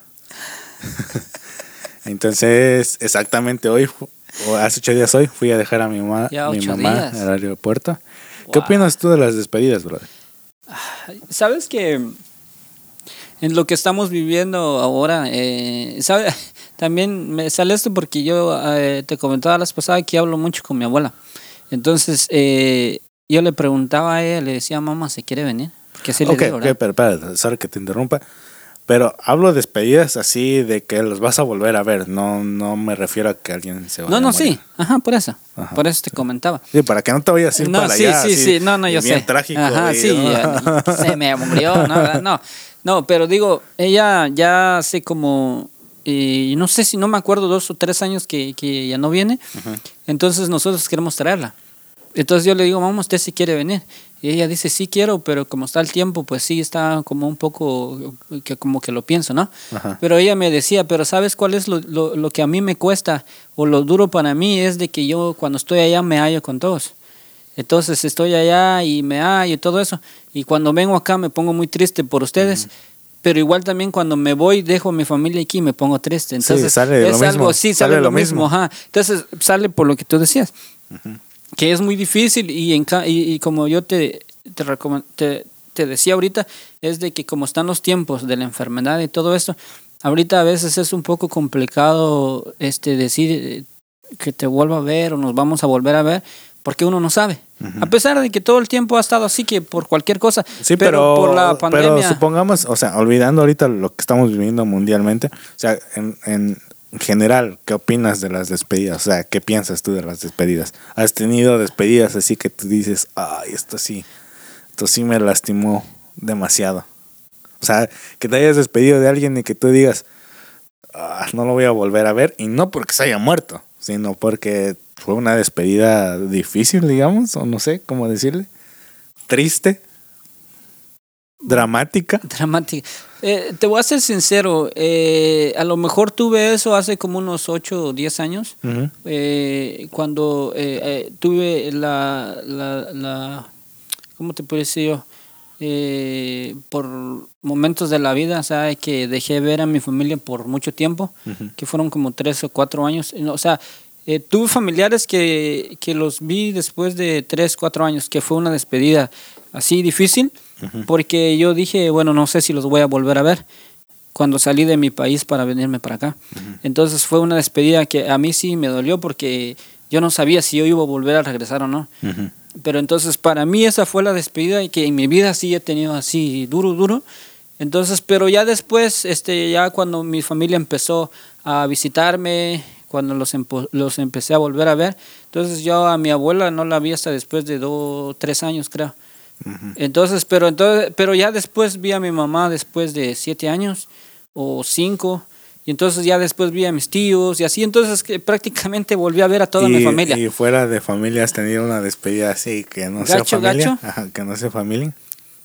Entonces, exactamente hoy, o hace 8 días hoy, fui a dejar a mi mamá al aeropuerto. ¿Qué opinas tú de las despedidas, brother? Sabes que en lo que estamos viviendo ahora, ¿sabes? También me sale esto porque yo te comentaba la vez pasada que hablo mucho con mi abuela. Entonces, yo le preguntaba a ella, le decía, mamá, ¿se quiere venir? Porque así le digo, ¿verdad? Pero, sorry que te interrumpa. Pero hablo de despedidas así de que los vas a volver a ver. No me refiero a que alguien se vaya a morir. Sí. Ajá, por eso. Ajá. Por eso te comentaba. Sí, para que no te vayas a ir para allá. Sí. No, yo sé. Bien trágico. Ajá, sí. Se me murió. No, pero digo, ella ya hace como... no sé si no me acuerdo 2 o 3 años que ya no viene. Uh-huh. Entonces nosotros queremos traerla. Entonces yo le digo, mamá, ¿usted sí quiere venir? Y ella dice, sí quiero, pero como está el tiempo, pues sí está como un poco, como que lo pienso, ¿no? Ajá. Pero ella me decía, pero ¿sabes cuál es lo que a mí me cuesta? O lo duro para mí es de que yo cuando estoy allá me hallo con todos. Entonces estoy allá y me hallo y todo eso. Y cuando vengo acá me pongo muy triste por ustedes. Uh-huh. Pero igual también cuando me voy, dejo a mi familia aquí y me pongo triste. Entonces sí, sale es lo algo, mismo. Sí, sale lo mismo. Ajá. Entonces sale por lo que tú decías. Uh-huh. Que es muy difícil y como yo te decía ahorita, es de que como están los tiempos de la enfermedad y todo esto, ahorita a veces es un poco complicado decir que te vuelva a ver o nos vamos a volver a ver, porque uno no sabe. Uh-huh. A pesar de que todo el tiempo ha estado así, que por cualquier cosa, sí, pero por la pandemia... Pero supongamos, o sea, olvidando ahorita lo que estamos viviendo mundialmente, o sea, en general, ¿qué opinas de las despedidas? O sea, ¿qué piensas tú de las despedidas? ¿Has tenido despedidas así que tú dices, ay, esto sí me lastimó demasiado? O sea, que te hayas despedido de alguien y que tú digas, no lo voy a volver a ver, y no porque se haya muerto, sino porque fue una despedida difícil, digamos, o no sé cómo decirle, triste, dramática. Te voy a ser sincero, a lo mejor tuve eso hace como unos 8 o 10 años, uh-huh. Cuando tuve la ¿cómo te puedo decir yo? Por momentos de la vida, o sea, que dejé ver a mi familia por mucho tiempo, uh-huh. que fueron como 3 o 4 años, o sea, tuve familiares que los vi después de 3, 4 años, que fue una despedida así difícil, uh-huh. porque yo dije, bueno, no sé si los voy a volver a ver cuando salí de mi país para venirme para acá. Uh-huh. Entonces fue una despedida que a mí sí me dolió porque yo no sabía si yo iba a volver a regresar o no. Uh-huh. Pero entonces para mí esa fue la despedida y que en mi vida sí he tenido así duro. Entonces, pero ya después, ya cuando mi familia empezó a visitarme, cuando los empecé a volver a ver, entonces yo a mi abuela no la vi hasta después de 2, 3 años, creo. Uh-huh. Entonces, pero ya después vi a mi mamá después de 7 años o 5, y entonces ya después vi a mis tíos y así, entonces que prácticamente volví a ver a toda mi familia. ¿Y fuera de familia has tenido una despedida así que no sea familia? ¿Gacho? Ajá, que no sea familia.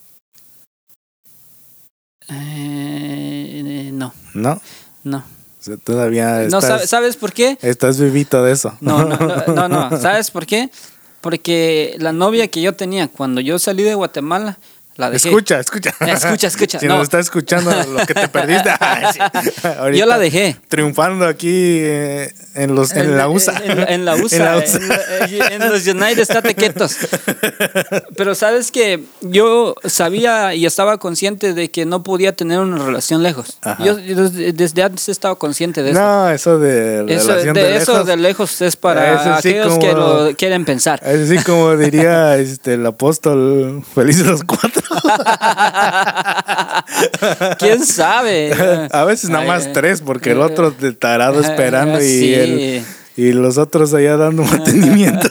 No. ¿No? No. O sea, todavía estás... No, ¿sabes por qué? Estás vivito de eso. No. ¿Sabes por qué? Porque la novia que yo tenía cuando yo salí de Guatemala, la dejé. Escucha. Si no. nos está escuchando lo que te perdiste. Sí. Yo la dejé. Triunfando aquí en la USA. En la USA. En los United States quietos. Pero sabes que yo sabía y estaba consciente de que no podía tener una relación lejos. Ajá. Yo desde antes he estado consciente de eso. No, eso de relación de lejos. Eso de lejos es para aquellos que lo quieren pensar. Así como diría el apóstol, felices los 4. ¿Quién sabe? A veces nada más 3, porque el otro de tarado esperando y los otros allá dando mantenimiento.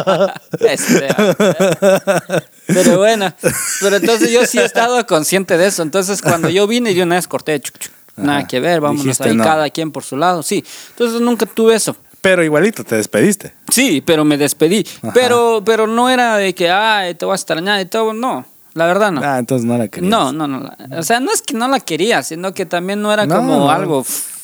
Pero bueno, pero entonces yo sí he estado consciente de eso. Entonces cuando yo vine, yo una vez corté, nada que ver, vámonos. Dijiste, ahí no. Cada quien por su lado. Sí, entonces nunca tuve eso. Pero igualito te despediste. Sí, pero me despedí. Pero no era de que te voy a extrañar y todo, no. La verdad no. Entonces no la querías. No. O sea, no es que no la quería, sino que también no era como algo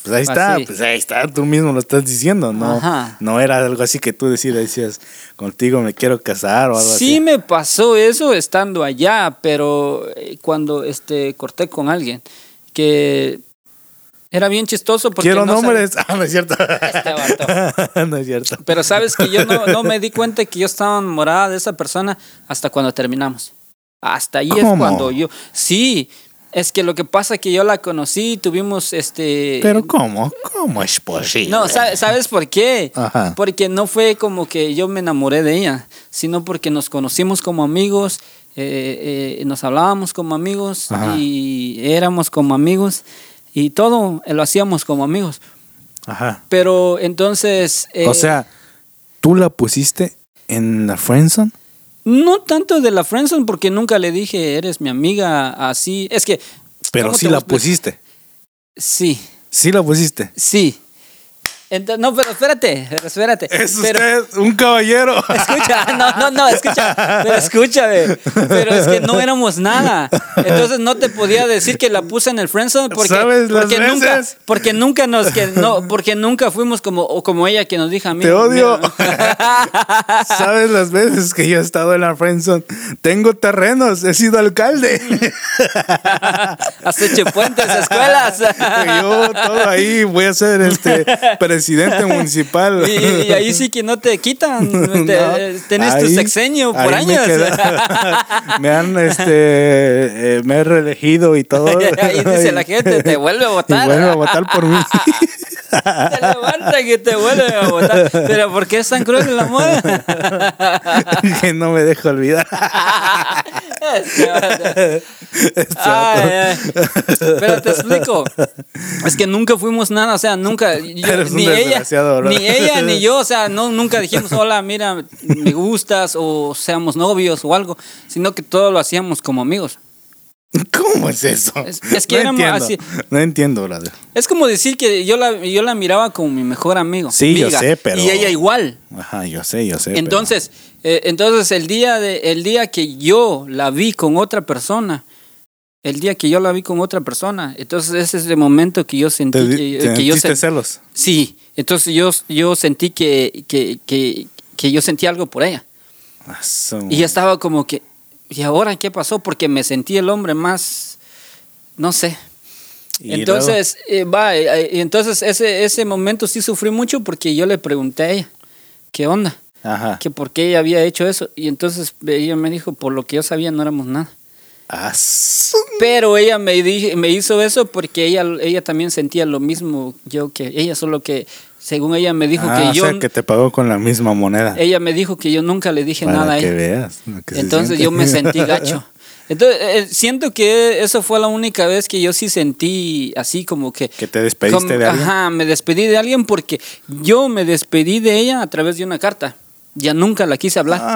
Pues ahí está, tú mismo lo estás diciendo, ¿no? Ajá. No era algo así que tú decías, contigo me quiero casar o algo así. Sí me pasó eso estando allá, pero cuando corté con alguien, que era bien chistoso porque Quiero no nombres. No es cierto. vato. No es cierto. Pero sabes que yo no me di cuenta que yo estaba enamorada de esa persona hasta cuando terminamos. Hasta ahí es ¿Cómo? cuando yo... Sí, es que lo que pasa es que yo la conocí, tuvimos Pero ¿cómo? ¿Cómo es posible? No, ¿sabes por qué? Ajá. Porque no fue como que yo me enamoré de ella, sino porque nos conocimos como amigos, nos hablábamos como amigos. Ajá. Y éramos como amigos y todo lo hacíamos como amigos. Ajá. Pero entonces... O sea, ¿tú la pusiste en la friendzone? No tanto de la friendzone porque nunca le dije, eres mi amiga, así. Es que... Pero ¿cómo sí te la voy a explicar? pusiste. Sí, Sí la pusiste. sí. Entonces, no, pero espérate. Es Pero, usted un caballero. escucha, no, escucha, pero escúchame, pero es que no éramos nada, entonces no te podía decir que la puse en el friendzone ¿Sabes las veces? porque nunca fuimos como ella que nos dijo a mí. Te odio. ¿Sabes las veces que yo he estado en la friendzone? Tengo terrenos, he sido alcalde. Has hecho puentes, escuelas. Yo todo ahí voy a ser presidente municipal. Y ahí sí que no te quitan. Tenés tu ahí- sexenio por ahí años. me han me he reelegido y todo. Ahí dice la gente, te vuelve a Y votar. vuelve a votar por mí. Te levantan y te vuelven a votar. Pero ¿por qué es tan cruel el amor? Que no me dejo olvidar. Ay. Pero te explico. Es que nunca fuimos nada, o sea, nunca. Eres un Ni ella, desgraciado, bro. ni ella ni yo, o sea, nunca dijimos, hola, mira, me gustas o seamos novios o algo, sino que todo lo hacíamos como amigos. ¿Cómo es eso? Es que no éramos entiendo. así. No entiendo, brother. Es como decir que yo la miraba como mi mejor amigo. Sí, yo amiga, sé, pero- Y ella igual. Ajá, yo sé. Entonces, el día que yo la vi con otra persona, entonces ese es el momento que yo sentí ¿Sentiste celos? Sí, entonces yo sentí que yo sentí algo por ella. Y ya estaba como que, ¿y ahora qué pasó? Porque me sentí el hombre más, no sé. Y Entonces, entonces ese momento sí sufrí mucho porque yo le pregunté a ella, ¿qué onda? Ajá. Que por qué ella había hecho eso. Y entonces ella me dijo, por lo que yo sabía no éramos nada. Pero ella me hizo eso porque ella también sentía lo mismo que ella, solo que según ella me dijo que o yo... sea, que te pagó con la misma moneda. Ella me dijo que yo nunca le dije Para nada a que ella. veas lo que se Entonces siente. yo me sentí gacho. Entonces siento que eso fue la única vez que yo sí sentí así como que... ¿Que te despediste de alguien? Ajá, me despedí de alguien porque yo me despedí de ella a través de una carta. Ya nunca la quise hablar.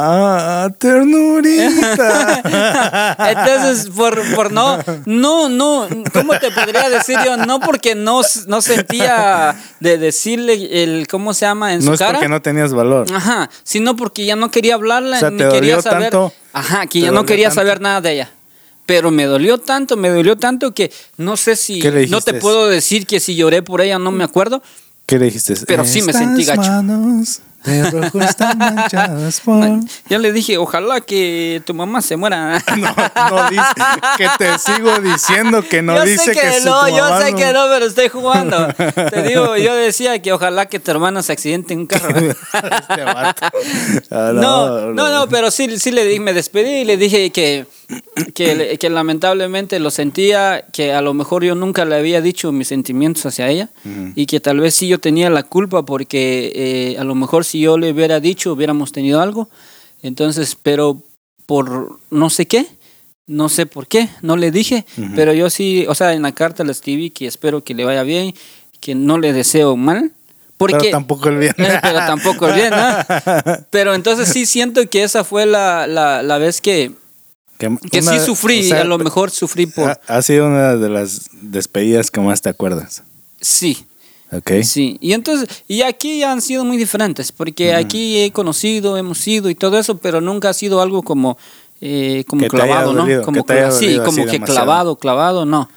Ternurita. Entonces, por no, ¿cómo te podría decir yo? No porque no sentía de decirle ¿cómo se llama? En No su es cara. porque no tenías valor. Ajá, sino porque ya no quería hablarla, O sea, ni te quería dolió saber. tanto. Ajá, que Te ya no dolió quería tanto. saber nada de ella. Pero me dolió tanto que no sé si. ¿Qué le No te dijiste? puedo decir que si lloré por ella, no me acuerdo. ¿Qué le dijiste? Pero sí me sentí Estas gacho. manos de rojo están manchadas por... Yo le dije, ojalá que tu mamá se muera. No dice, que te sigo diciendo que no yo dice sé que su no, tu yo mamá sé no- que no, pero estoy jugando. Te digo, yo decía que ojalá que tu hermano se accidente en un carro. Este vato. Ah, No, pero sí le dije, me despedí y le dije que lamentablemente lo sentía, que a lo mejor yo nunca le había dicho mis sentimientos hacia ella y que tal vez sí yo tenía la culpa porque a lo mejor si yo le hubiera dicho hubiéramos tenido algo. Entonces, pero por no sé qué, no sé por qué, no le dije, pero yo sí, o sea, en la carta le escribí que espero que le vaya bien, que no le deseo mal. Porque, pero tampoco el bien. pero tampoco el bien, ¿no? Pero entonces sí siento que esa fue la vez que sí sufrí, o sea, a lo mejor sufrí por... Ha sido una de las despedidas que más te acuerdas. Sí, ¿Ok? sí. Y entonces, y aquí han sido muy diferentes, porque aquí he conocido, hemos ido y todo eso, pero nunca ha sido algo como Que te clavado, haya ¿no? dolido, Como que te haya sí, dolido como así que demasiado. clavado, no.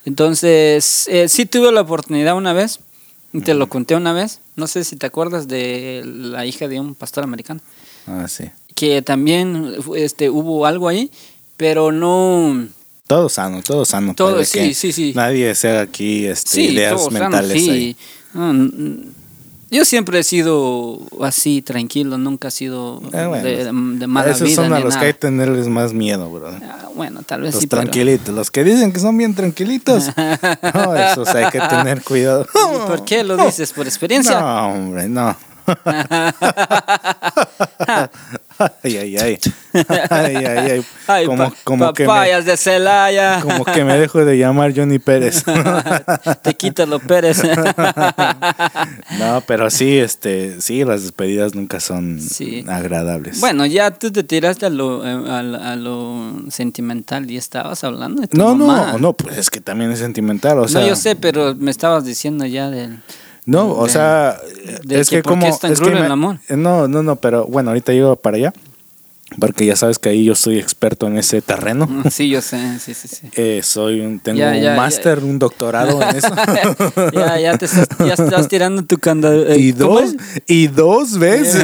Entonces, sí tuve la oportunidad una vez, y te lo conté una vez, no sé si te acuerdas de la hija de un pastor americano. Ah, sí. Que también hubo algo ahí, pero no... Todo sano. Todo, para sí, que sí. nadie se haga aquí Sí, ideas todo sano, mentales sí. ahí. Yo siempre he sido así, tranquilo, nunca he sido Bueno, de mala esos vida son a ni los nada. que hay que tenerles más miedo, bro. Bueno, tal vez Los sí, tranquilitos, los que dicen que son bien tranquilitos. No, esos hay que tener cuidado. pero... ¿Por qué lo dices? ¿Por experiencia? No, hombre, no. Ay. Ay, Como que papayas de Celaya. como que me dejo de llamar Johnny Pérez. Te quítalo, Pérez. No, pero sí, sí, las despedidas nunca son Sí. agradables. Bueno, ya tú te tiraste a lo sentimental y estabas hablando de tu No, mamá. no, pues es que también es sentimental, o sea. No, yo sé, pero me estabas diciendo ya del... No, o sea, es que ¿por como qué es tan es que cruel el amor? No, pero bueno, ahorita llego para allá, porque ya sabes que ahí yo soy experto en ese terreno. Sí, yo sé, sí. Tengo Ya, un máster, un doctorado en eso. ya estás tirando tu candado. Y dos veces.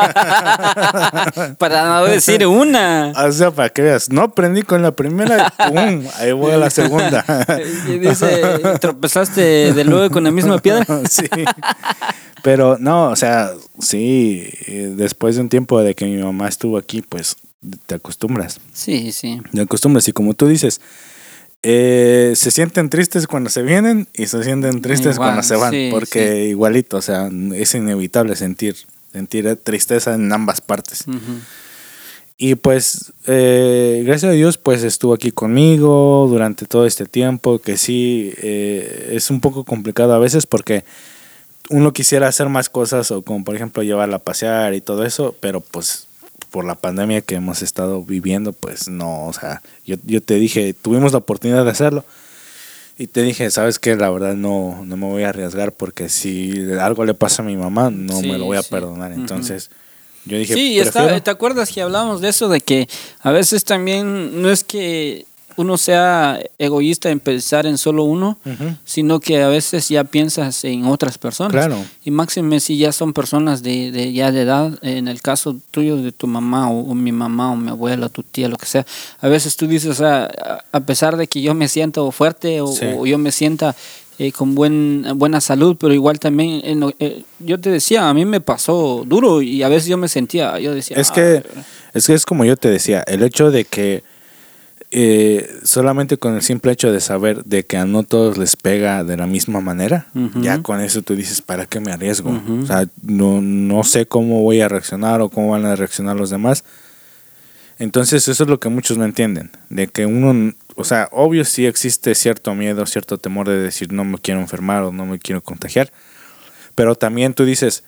Para no decir una. O sea, para que veas, no aprendí con la primera, ¡pum! Ahí voy a la segunda. Y dice, tropezaste de nuevo con la misma piedra. Sí. Pero no, o sea, sí, después de un tiempo de que mi mamá estuvo aquí, pues te acostumbras. Sí. Te acostumbras y como tú dices, se sienten tristes cuando se vienen y se sienten tristes Igual, cuando se van, sí, porque igualito, o sea, es inevitable sentir tristeza en ambas partes. Ujú. Y pues, gracias a Dios, pues estuvo aquí conmigo durante todo este tiempo, que sí, es un poco complicado a veces porque uno quisiera hacer más cosas, o como por ejemplo llevarla a pasear y todo eso, pero pues por la pandemia que hemos estado viviendo, pues no, o sea, yo te dije, tuvimos la oportunidad de hacerlo, y te dije, ¿sabes qué? La verdad no me voy a arriesgar, porque si algo le pasa a mi mamá, no me lo voy a perdonar, entonces... Yo dije, sí, ¿te acuerdas que hablábamos de eso? De que a veces también no es que uno sea egoísta en pensar en solo uno, sino que a veces ya piensas en otras personas. Claro. Y máxime si ya son personas de edad, en el caso tuyo de tu mamá o mi mamá o mi abuela o tu tía, lo que sea, a veces tú dices, o sea, a pesar de que yo me siento fuerte o yo me sienta... con buena salud, pero igual también yo te decía, a mí me pasó duro y a veces yo decía es como yo te decía, el hecho de que solamente con el simple hecho de saber de que a no todos les pega de la misma manera, ya con eso tú dices, ¿para qué me arriesgo? O sea, no sé cómo voy a reaccionar o cómo van a reaccionar los demás. Entonces eso es lo que muchos no entienden, de que uno, o sea, obvio sí existe cierto miedo, cierto temor de decir no me quiero enfermar o no me quiero contagiar, pero también tú dices,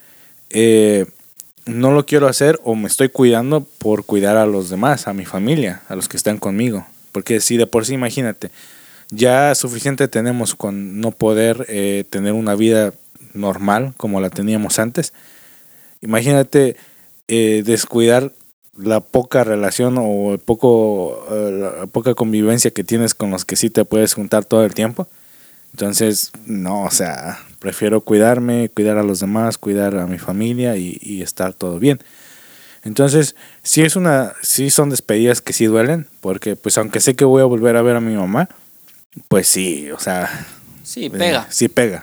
no lo quiero hacer o me estoy cuidando por cuidar a los demás, a mi familia, a los que están conmigo, porque si de por sí, imagínate, ya suficiente tenemos con no poder tener una vida normal como la teníamos antes, imagínate descuidar la poca relación o la poca convivencia que tienes con los que sí te puedes juntar todo el tiempo. Entonces, no, o sea, prefiero cuidarme, cuidar a los demás, cuidar a mi familia y estar todo bien. Entonces, sí son despedidas que sí duelen, porque pues aunque sé que voy a volver a ver a mi mamá, pues sí, o sea... Sí, pega. Sí pega.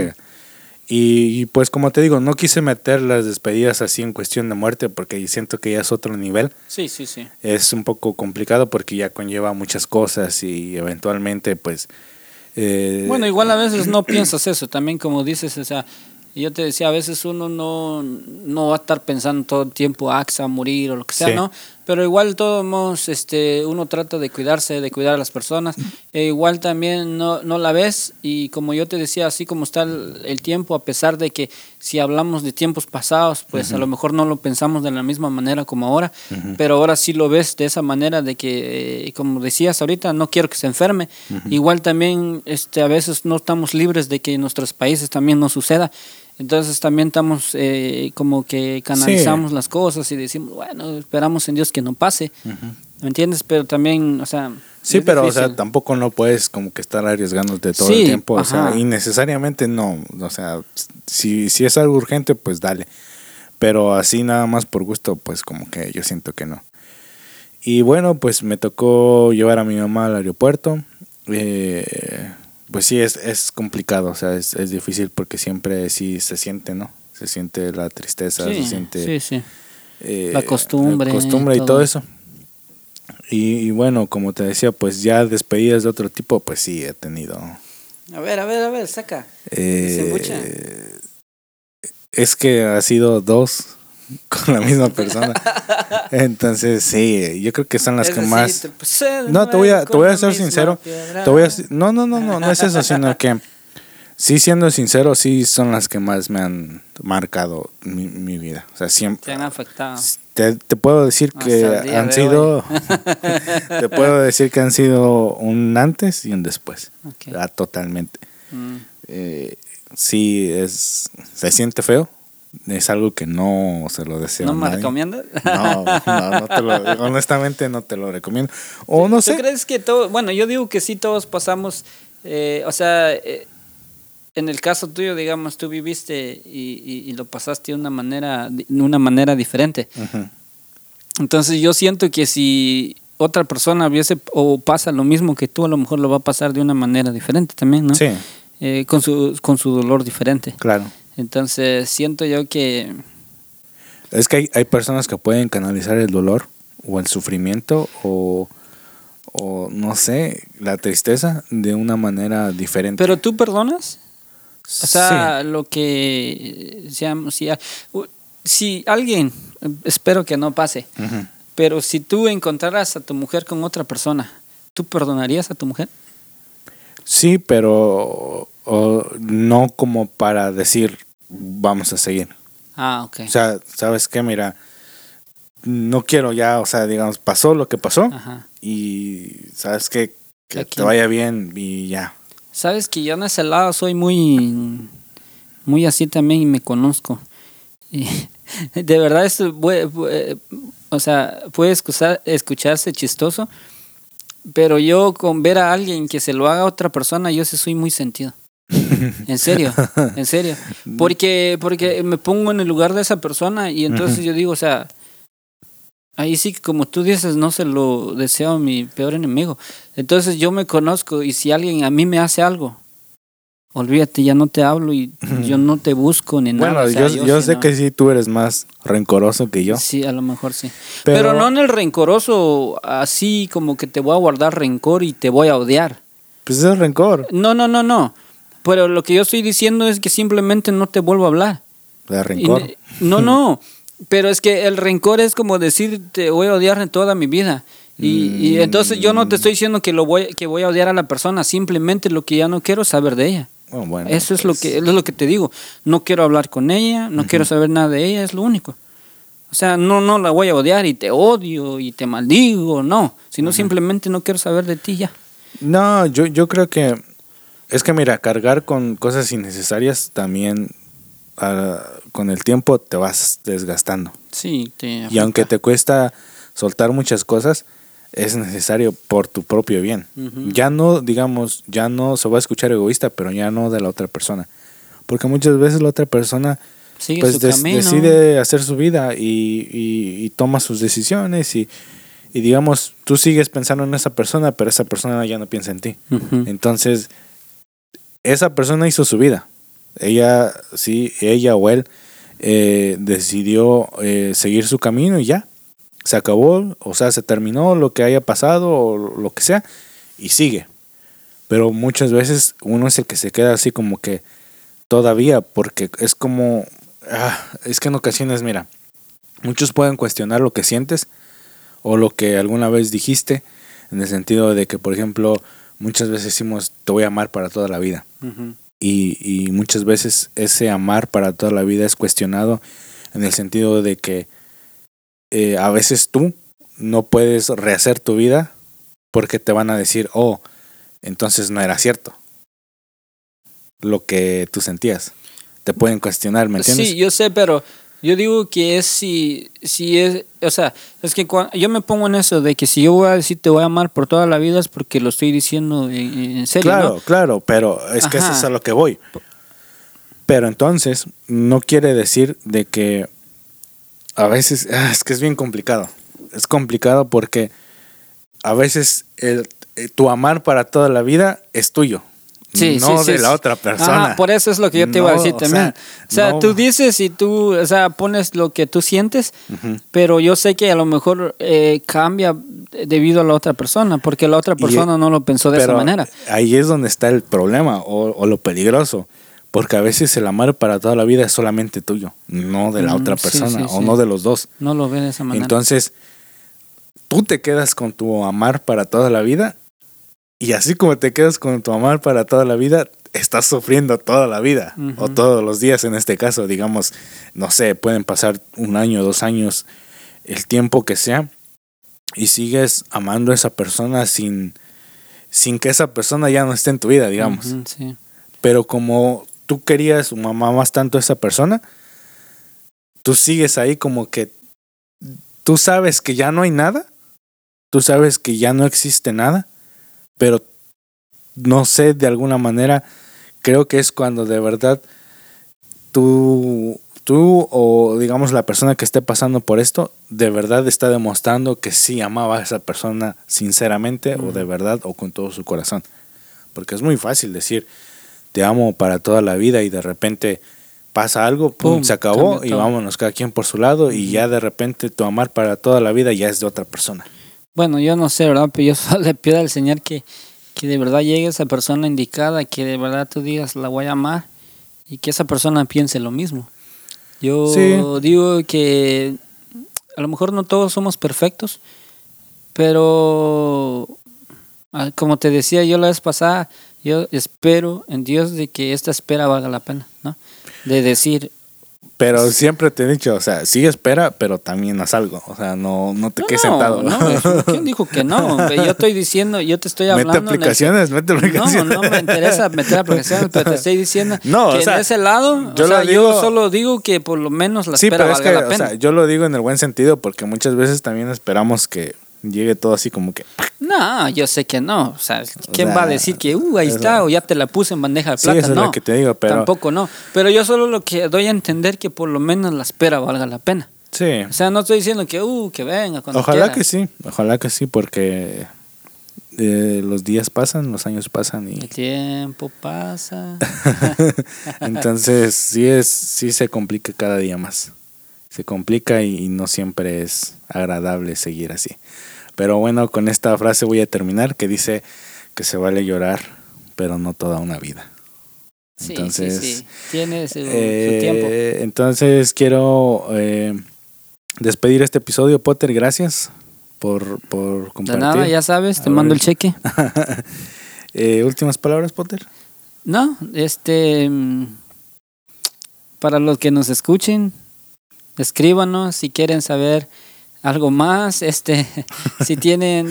Y pues como te digo, no quise meter las despedidas así en cuestión de muerte porque siento que ya es otro nivel. Sí. Es un poco complicado porque ya conlleva muchas cosas y eventualmente pues... bueno, igual a veces no piensas eso, también como dices, o sea, yo te decía, a veces uno no va a estar pensando todo el tiempo, se va a morir o lo que sea, ¿no? Pero igual todos modos, uno trata de cuidarse, de cuidar a las personas. Igual también no la ves y como yo te decía, así como está el tiempo, a pesar de que si hablamos de tiempos pasados, pues a lo mejor no lo pensamos de la misma manera como ahora, pero ahora sí lo ves de esa manera de que, como decías ahorita, no quiero que se enferme. Igual también a veces no estamos libres de que en nuestros países también no suceda. Entonces también estamos como que canalizamos las cosas y decimos, bueno, esperamos en Dios que no pase, ¿me entiendes? Pero también, o sea... Sí, Es pero, difícil. o sea, tampoco no puedes como que estar arriesgándote todo Sí, el tiempo. O sea, ajá. innecesariamente no. O sea, si es algo urgente, pues dale. Pero así nada más por gusto, pues como que yo siento que no. Y bueno, pues me tocó llevar a mi mamá al aeropuerto. Pues sí, es complicado, o sea, es difícil porque siempre sí se siente, ¿no? Se siente la tristeza, Sí, se siente sí. La costumbre. y todo eso. Y bueno, como te decía, pues ya despedidas de otro tipo, pues sí, he tenido. A ver, saca. Desembucha. Es que ha sido 2 con la misma persona. Entonces, sí, yo creo que son las Es que decir, más... te puse de No, te voy nuevo a con la ser misma sincero. piedra. No es eso, sino que sí, siendo sincero, sí son las que más me han marcado mi vida. O sea, Te siempre... han afectado. Te puedo decir que Hasta el día han de sido... te puedo decir que han sido un antes y un después. Ok. Totalmente. Mm. Sí, se siente feo. Es algo que no se lo deseo ¿No a me nadie. recomiendas? No te lo, honestamente no te lo recomiendo. O no ¿Tú sé. crees que todo, bueno, yo digo que sí todos pasamos, o sea, en el caso tuyo, digamos, tú viviste y lo pasaste de una manera diferente. Ujú. Entonces yo siento que si otra persona viese o pasa lo mismo que tú, a lo mejor lo va a pasar de una manera diferente también, ¿no? Sí, Con su dolor diferente. claro. Entonces siento yo que Es que hay personas que pueden canalizar el dolor o el sufrimiento o no sé, la tristeza de una manera diferente. ¿Pero tú perdonas? O sea, sí. lo que si alguien, espero que no pase, Ujú. pero si tú encontraras a tu mujer con otra persona, ¿tú perdonarías a tu mujer? Sí, pero no como para decir vamos a seguir. Ah, ok. O sea, ¿sabes qué? Mira, no quiero ya, o sea, digamos, pasó lo que pasó Ajá. y ¿sabes qué? Que Aquí. te vaya bien y ya. Sabes que yo en ese lado soy muy así también y me conozco. Y de verdad esto o sea, puede escucharse chistoso, pero yo con ver a alguien que se lo haga a otra persona, yo sí soy muy sentido. En serio. Porque me pongo en el lugar de esa persona y entonces yo digo, o sea, ahí sí que como tú dices, no se lo deseo a mi peor enemigo. Entonces yo me conozco y si alguien a mí me hace algo, olvídate, ya no te hablo y yo no te busco ni nada. Bueno, o sea, yo sí sé no. que sí, tú eres más rencoroso que yo. Sí, a lo mejor sí. Pero- Pero no en el rencoroso, así como que te voy a guardar rencor y te voy a odiar. Pues es rencor. No. Pero lo que yo estoy diciendo es que simplemente no te vuelvo a hablar. De rencor. No. Pero es que el rencor es como decir te voy a odiar en toda mi vida. Y entonces yo no te estoy diciendo que voy a odiar a la persona, simplemente lo que ya no quiero es saber de ella. Oh, bueno, Eso es pues, lo que te digo. No quiero hablar con ella, no quiero saber nada de ella, es lo único. O sea, no la voy a odiar y te odio y te maldigo, no. Sino simplemente no quiero saber de ti ya. No, yo creo que es que mira, cargar con cosas innecesarias también con el tiempo te vas desgastando. Sí, Y aunque te cuesta soltar muchas cosas, es necesario por tu propio bien. Ujú. Ya no, digamos, ya no se va a escuchar egoísta, pero ya no de la otra persona. Porque muchas veces la otra persona sigue pues su camino. decide hacer su vida y toma sus decisiones y digamos, tú sigues pensando en esa persona, pero esa persona ya no piensa en ti. Ujú. Entonces, esa persona hizo su vida. Ella o él decidió seguir su camino y ya. Se acabó, o sea, se terminó lo que haya pasado o lo que sea y sigue. Pero muchas veces uno es el que se queda así como que todavía, porque es como, es que en ocasiones, mira, muchos pueden cuestionar lo que sientes o lo que alguna vez dijiste, en el sentido de que, por ejemplo, muchas veces decimos, te voy a amar para toda la vida. Ujú. Y muchas veces ese amar para toda la vida es cuestionado en el sentido de que a veces tú no puedes rehacer tu vida porque te van a decir, oh, entonces no era cierto lo que tú sentías. Te pueden cuestionar, ¿me entiendes? Sí, yo sé, pero Yo digo que es si es, o sea, es que yo me pongo en eso de que si yo voy a decir te voy a amar por toda la vida es porque lo estoy diciendo en serio, Claro, ¿no? claro, pero es que eso es a lo que voy. Pero entonces no quiere decir de que a veces, es que es bien complicado. Es complicado porque a veces tu amar para toda la vida es tuyo. Sí, no sí, de sí, la otra persona. Ajá, por eso es lo que yo te iba a decir también. O sea, no. tú dices y tú, o sea, pones lo que tú sientes, pero yo sé que a lo mejor cambia debido a la otra persona, porque la otra persona no lo pensó de esa manera. Ahí es donde está el problema o lo peligroso. Porque a veces el amar para toda la vida es solamente tuyo, no de la otra persona o no de los dos. No lo ve de esa manera. Entonces, tú te quedas con tu amar para toda la vida y así como te quedas con tu amar para toda la vida, estás sufriendo toda la vida o todos los días en este caso, digamos, no sé, pueden pasar 1 año, 2 años, el tiempo que sea y sigues amando a esa persona sin que esa persona ya no esté en tu vida, digamos. Sí. Pero como tú querías o amabas tanto a esa persona, tú sigues ahí como que tú sabes que ya no hay nada, tú sabes que ya no existe nada, pero no sé, de alguna manera, creo que es cuando de verdad tú o digamos la persona que esté pasando por esto, de verdad está demostrando que sí amaba a esa persona sinceramente o de verdad o con todo su corazón. Porque es muy fácil decir, te amo para toda la vida y de repente pasa algo, pum, se acabó y vámonos cada quien por su lado y ya de repente tu amar para toda la vida ya es de otra persona. Bueno, yo no sé, ¿verdad? Pero yo solo le pido al Señor que de verdad llegue esa persona indicada, que de verdad tú digas la voy a amar y que esa persona piense lo mismo. Yo digo que a lo mejor no todos somos perfectos, pero como te decía yo la vez pasada, yo espero en Dios de que esta espera valga la pena, ¿no? De decir... Pero siempre te he dicho, o sea, sí espera, pero también haz algo. O sea, no te quedes sentado. No, ¿quién dijo que no? Yo estoy diciendo, yo te estoy hablando... Mete aplicaciones. No me interesa meter aplicaciones, pero te estoy diciendo que o sea, en ese lado, yo solo digo que por lo menos la espera valga la pena. O sea, yo lo digo en el buen sentido porque muchas veces también esperamos que llegue todo así como que... No, yo sé que no. O sea, ¿quién va a decir que ahí está o ya te la puse en bandeja de plata? Sí, eso no, es lo que te digo, pero... Tampoco no. Pero yo solo lo que doy a entender que por lo menos la espera valga la pena. Sí. O sea, no estoy diciendo que venga cuando ojalá quiera. que sí, porque los días pasan, los años pasan y... El tiempo pasa. Entonces, sí se complica cada día más. Se complica y no siempre es agradable seguir así. Pero bueno, con esta frase voy a terminar que dice que se vale llorar, pero no toda una vida. Entonces, sí. Tiene su tiempo. Entonces quiero despedir este episodio, Potter. Gracias por compartir. De nada, ya sabes, te mando el cheque. ¿Últimas palabras, Potter? No, para los que nos escuchen, escríbanos si quieren saber algo más, si tienen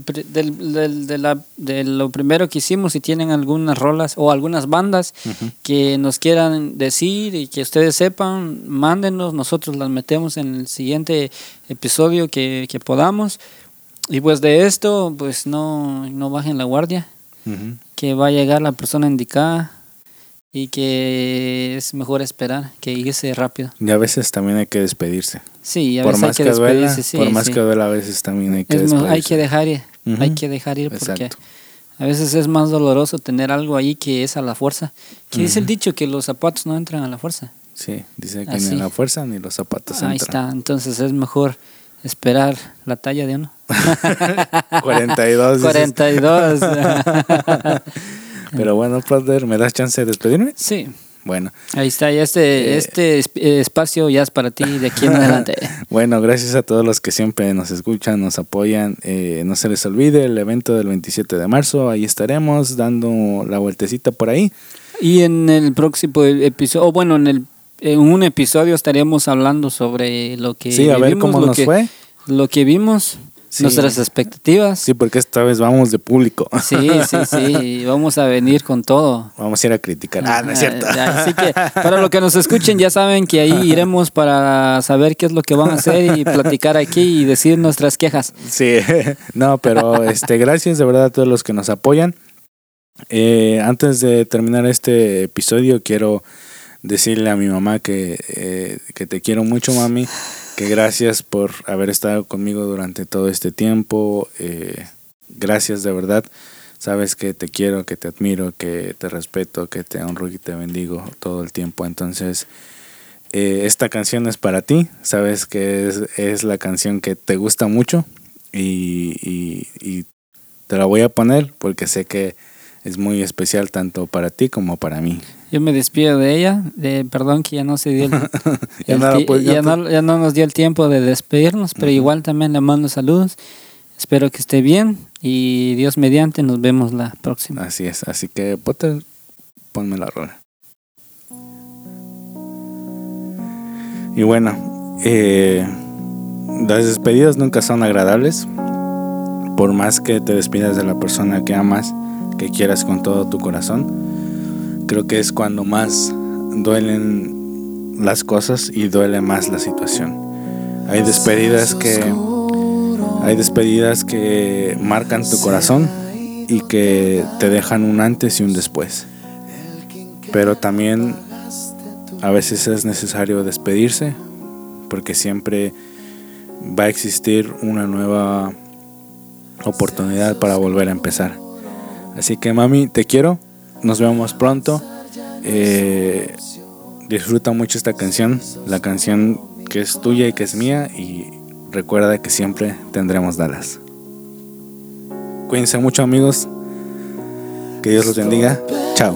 de lo primero que hicimos, si tienen algunas rolas o algunas bandas que nos quieran decir y que ustedes sepan, mándenos, nosotros las metemos en el siguiente episodio que podamos. Y pues de esto, pues no bajen la guardia, que va a llegar la persona indicada. Y que es mejor esperar que irse rápido. Y a veces también hay que despedirse. Sí, a veces hay que despedirse. Sí, por más que duela, a veces también hay que despedirse. Hay que dejar ir, hay que dejar ir porque a veces es más doloroso tener algo ahí que es a la fuerza. Que dice el dicho que los zapatos no entran a la fuerza. Sí, dice que ni a la fuerza ni los zapatos entran. Ahí está, entonces es mejor esperar la talla de uno. 42. 42. Pero bueno, Potter, ¿me das chance de despedirme? Sí. Bueno. Ahí está, ya este espacio ya es para ti de aquí en adelante. Bueno, gracias a todos los que siempre nos escuchan, nos apoyan. No se les olvide el evento del 27 de marzo, ahí estaremos dando la vueltecita por ahí. Y en el próximo episodio, en un episodio estaremos hablando sobre lo que a ver cómo nos fue. Lo que vimos. nuestras expectativas. Sí, porque esta vez vamos de público. Sí, vamos a venir con todo. Vamos a ir a criticar. No es cierto. Así que para los que nos escuchen ya saben que ahí iremos para saber qué es lo que van a hacer y platicar aquí y decir nuestras quejas. Sí, no, pero gracias de verdad a todos los que nos apoyan. Antes de terminar este episodio quiero decirle a mi mamá que te quiero mucho, mami, que gracias por haber estado conmigo durante todo este tiempo. Gracias de verdad. Sabes que te quiero, que te admiro, que te respeto, que te honro y te bendigo todo el tiempo. Entonces, esta canción es para ti. Sabes que es la canción que te gusta mucho y te la voy a poner porque sé que es muy especial tanto para ti como para mí. Yo me despido de ella. Perdón que ya no se dio ya no nos dio el tiempo de despedirnos, pero igual también le mando saludos. Espero que esté bien y Dios mediante nos vemos la próxima. Así es, así que Potter, ponme la rola. Y bueno, las despedidas nunca son agradables. Por más que te despidas de la persona que amas, que quieras con todo tu corazón, creo que es cuando más duelen las cosas y duele más la situación. Hay despedidas que marcan tu corazón y que te dejan un antes y un después. Pero también a veces es necesario despedirse porque siempre va a existir una nueva oportunidad para volver a empezar. Así que mami, te quiero, nos vemos pronto. Disfruta mucho esta canción, la canción que es tuya y que es mía, y recuerda que siempre tendremos Dallas. Cuídense mucho, amigos, que Dios los bendiga. Chao.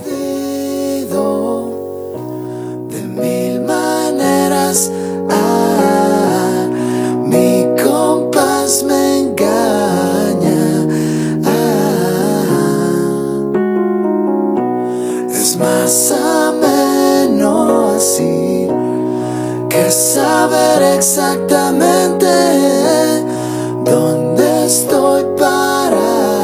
De mil maneras, mi compás me engaña. Es más ameno así que saber exactamente dónde estoy parado.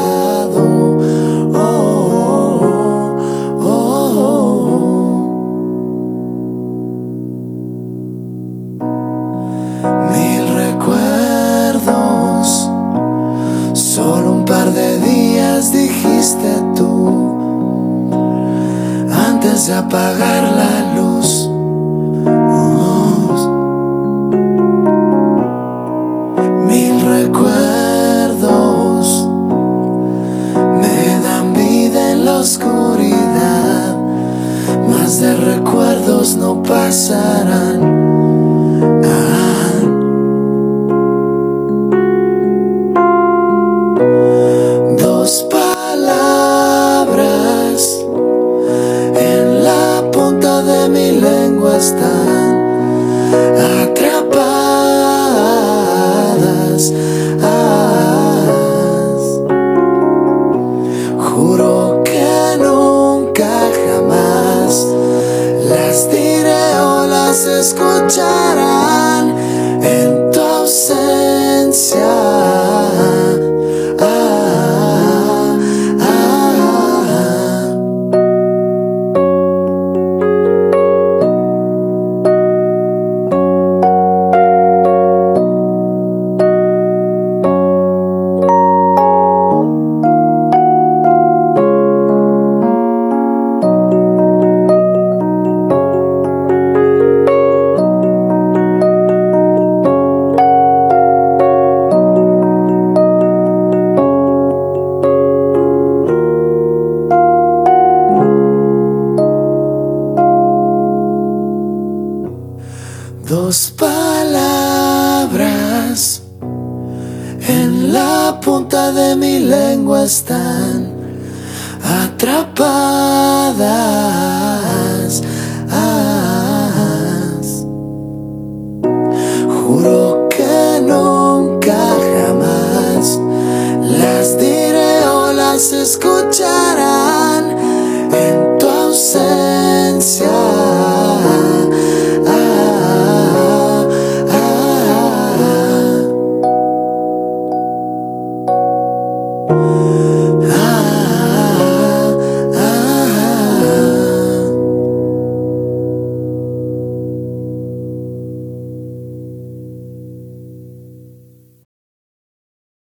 Mil recuerdos, solo un par de días dijiste tú, antes de apagar la luz. Mil recuerdos me dan vida en la oscuridad, más de recuerdos no pasarán. Dos palabras en la punta de mi lengua están atrapadas. Juro que nunca jamás las diré o las escucharán en tu ausencia. Dos palabras en la punta de mi lengua están atrapadas.